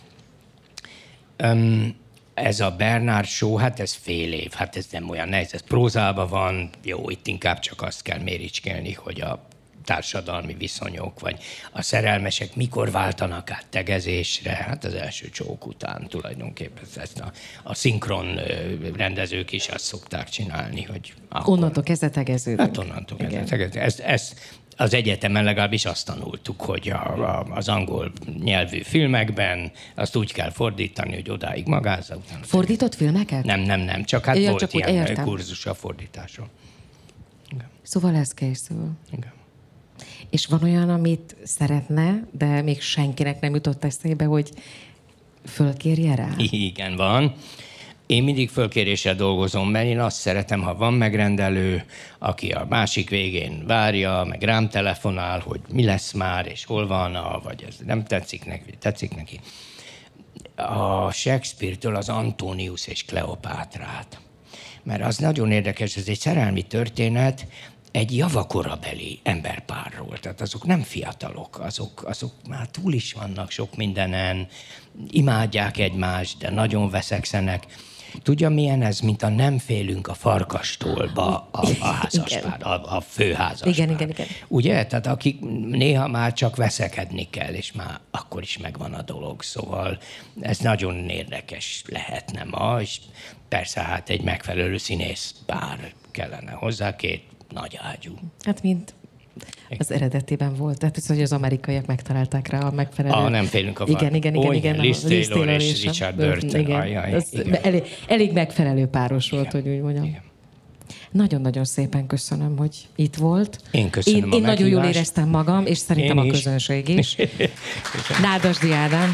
Ez a Bernard Shaw, hát ez fél év, hát ez nem olyan nehéz, ez prózában van, jó, itt inkább csak azt kell méricskélni, hogy a társadalmi viszonyok, vagy a szerelmesek mikor váltanak át tegezésre, hát az első csók után tulajdonképpen ezt a szinkron rendezők is azt szokták csinálni, hogy akkor... Onnantól kezdve tegeződünk. Hát onnantól kezdve tegeződünk. Ez az egyetemen legalábbis azt tanultuk, hogy az angol nyelvű filmekben azt úgy kell fordítani, hogy odáig magázza. Fordított filmeket? Nem, csak hát volt csak ilyen kurzus a fordításról. Igen. Szóval ez készül. Igen. És van olyan, amit szeretne, de még senkinek nem jutott eszébe, hogy fölkérje rá? Igen, van. Én mindig fölkéréssel dolgozom, mert én azt szeretem, ha van megrendelő, aki a másik végén várja, meg rám telefonál, hogy mi lesz már, és hol van, vagy ez nem tetszik neki. A Shakespeare-től az Antonius és Kleopátrát. Mert az nagyon érdekes, ez egy szerelmi történet, egy javakorabeli emberpárról. Tehát azok nem fiatalok, azok már túl is vannak sok mindenen, imádják egymást, de nagyon veszekszenek. Tudja, milyen ez, mint a nem félünk a farkastól a házaspár, a főházaspár. Igen. Ugye? Tehát akik néha már csak veszekedni kell, és már akkor is megvan a dolog. Szóval ez nagyon érdekes lehetne ma, és persze hát egy megfelelő színész pár kellene hozzá, 2 nagy ágyú. Hát mint az eredetiben volt. Tehát ez, hogy az amerikaiak megtalálták rá a megfelelő... Nem félünk a Igen. Liz Taylor és Richard Burton. Igen. Elég megfelelő páros volt, hogy úgy mondjam. Igen. Nagyon-nagyon szépen köszönöm, hogy itt volt. Én köszönöm Én nagyon jól éreztem magam, és szerintem a közönség is. Nádasdy Ádám.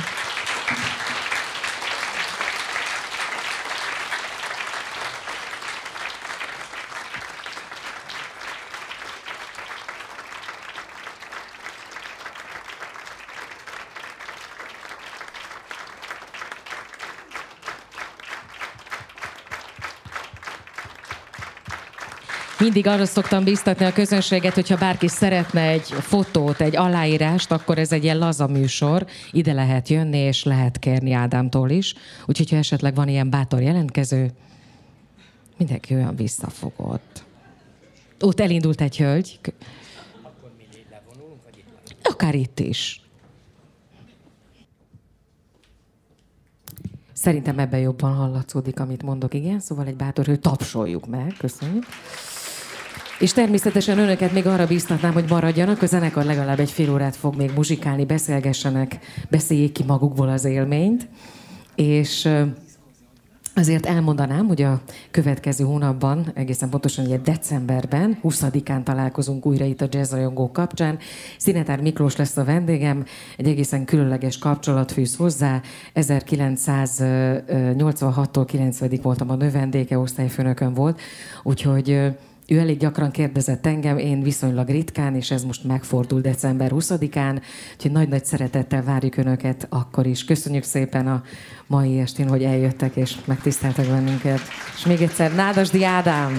Mindig arra szoktam bíztatni a közönséget, hogyha bárki szeretne egy fotót, egy aláírást, akkor ez egy ilyen laza műsor. Ide lehet jönni, és lehet kérni Ádámtól is. Úgyhogy, ha esetleg van ilyen bátor jelentkező, mindenki olyan visszafogott. Ott elindult egy hölgy. Akkor mi levonulunk, vagy itt? Akár itt is. Szerintem ebben jobban hallatszódik, amit mondok, igen. Szóval egy bátor, hogy tapsoljuk meg. Köszönjük. És természetesen önöket még arra bíztatnám, hogy maradjanak. A zenekar legalább egy fél órát fog még muzsikálni, beszélgessenek, beszéljék ki magukból az élményt. És azért elmondanám, hogy a következő hónapban, egészen pontosan ugye decemberben, 20-án találkozunk újra itt a jazzrajongók kapcsán. Szinetár Miklós lesz a vendégem, egy egészen különleges kapcsolat fűz hozzá. 1986-tól 90-ig voltam a növendéke, osztályfőnököm volt, úgyhogy ő elég gyakran kérdezett engem, én viszonylag ritkán, és ez most megfordul december 20-án, úgyhogy nagy-nagy szeretettel várjuk Önöket akkor is. Köszönjük szépen a mai estén, hogy eljöttek és megtiszteltek bennünket. És még egyszer Nádasdy Ádám!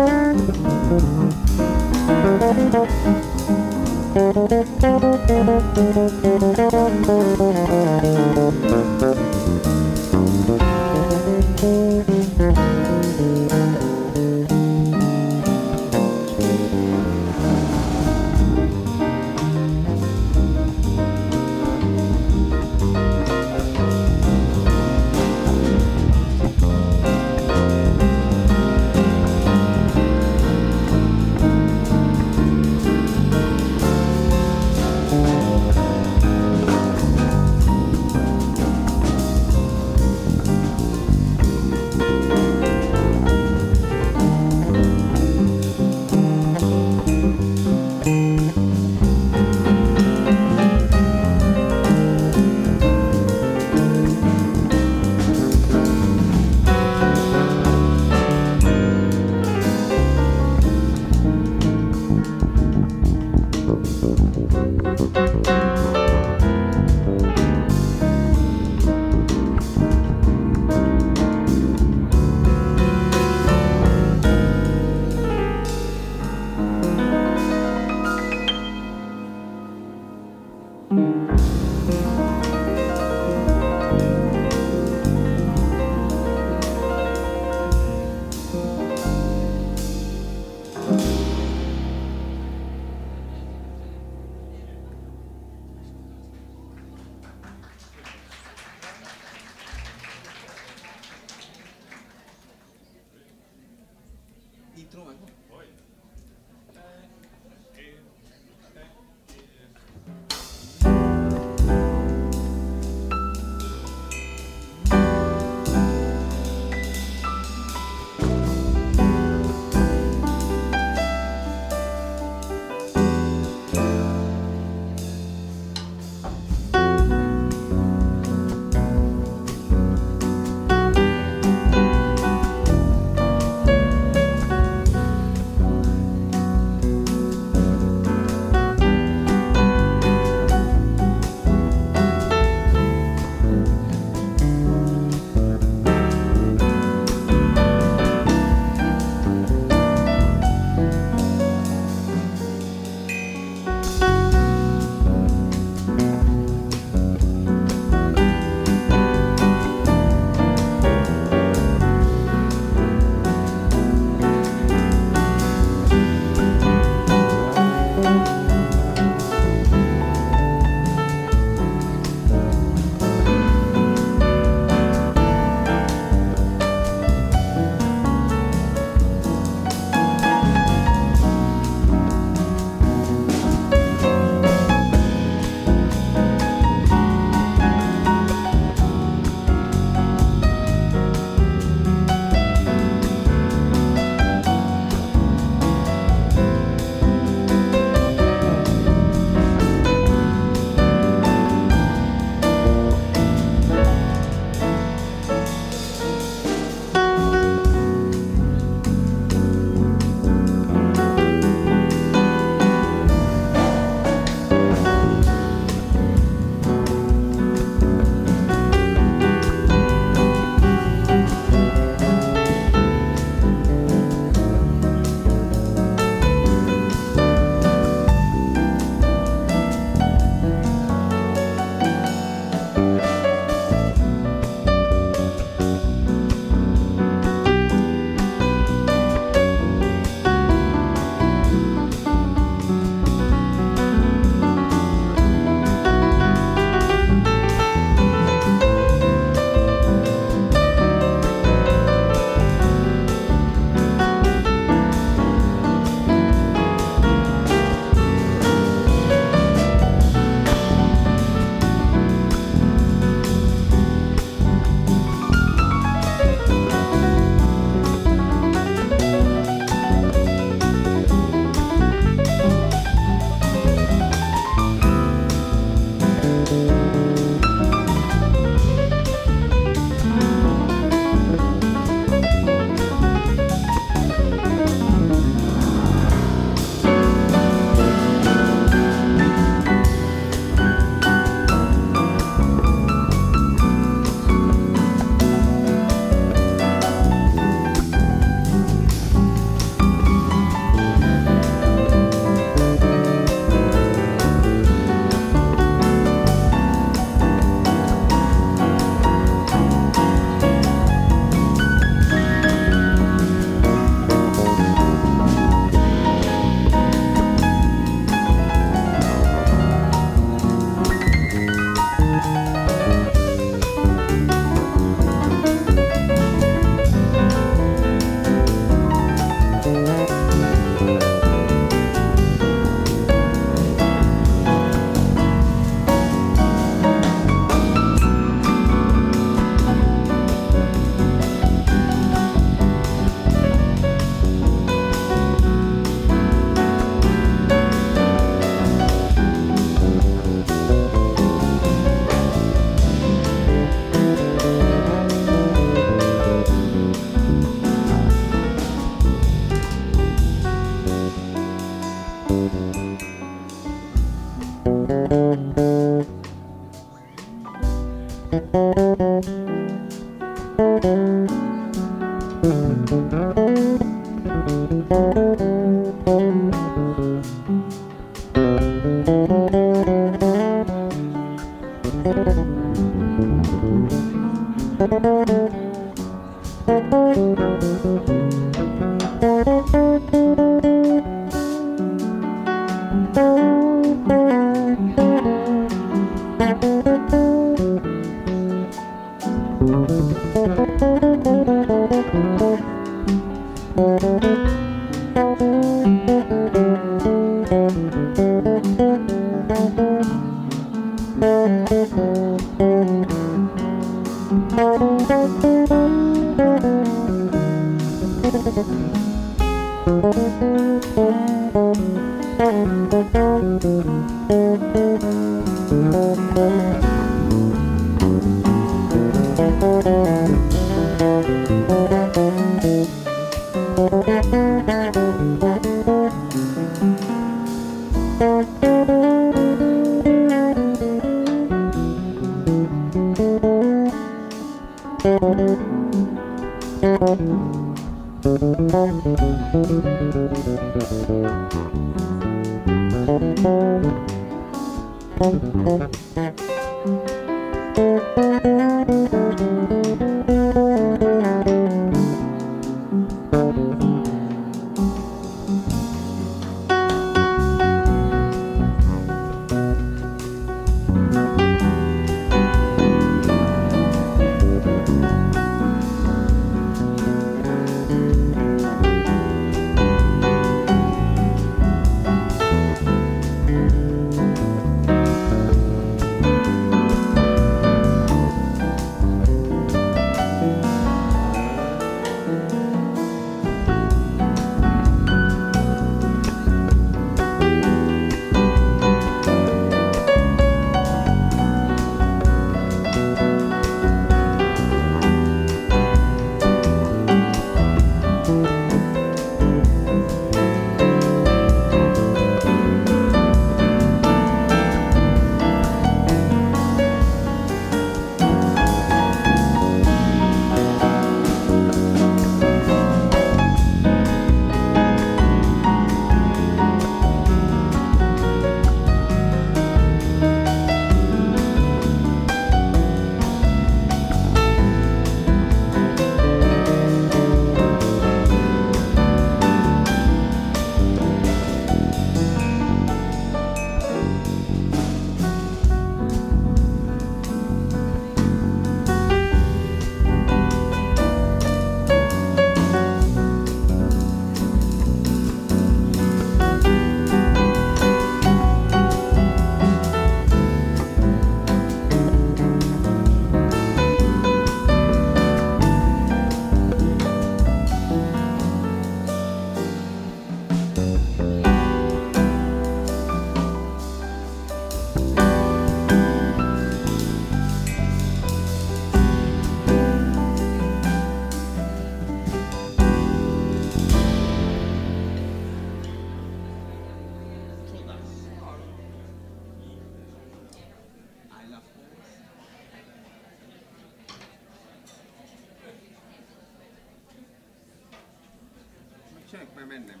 Csak már mennem.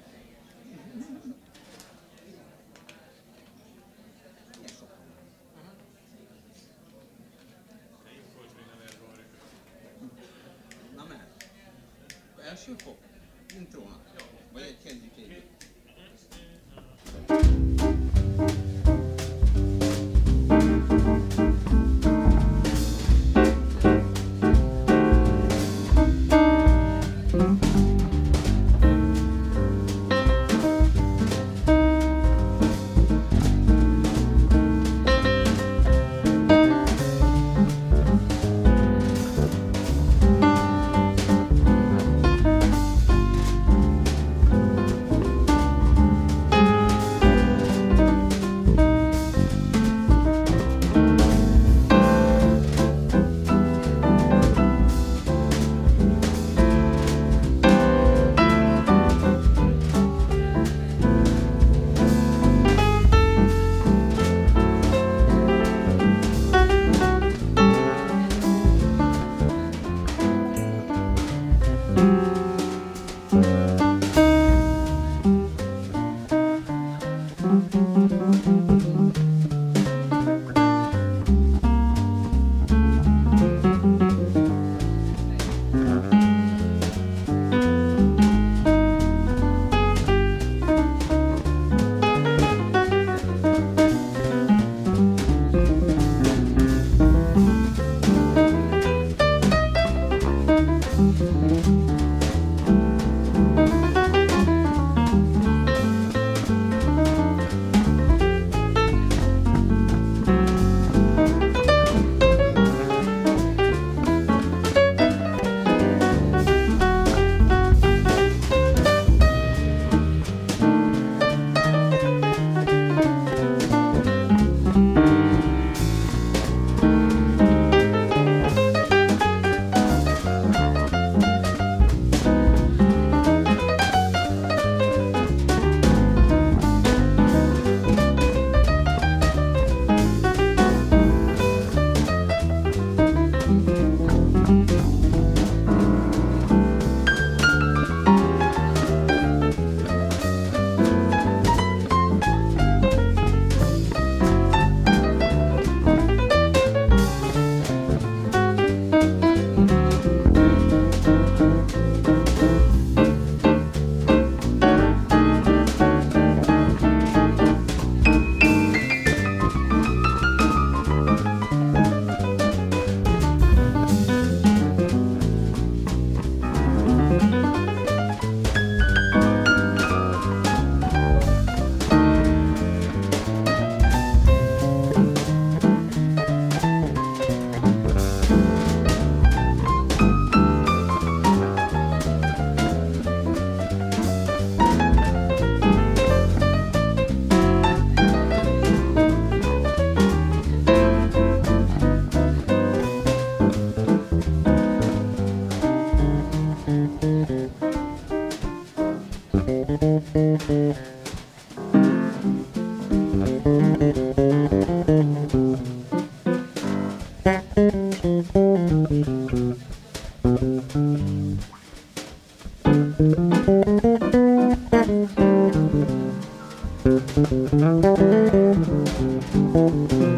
Na mert. Első fok? Intrónak. Vagy egy kezdjük. Thank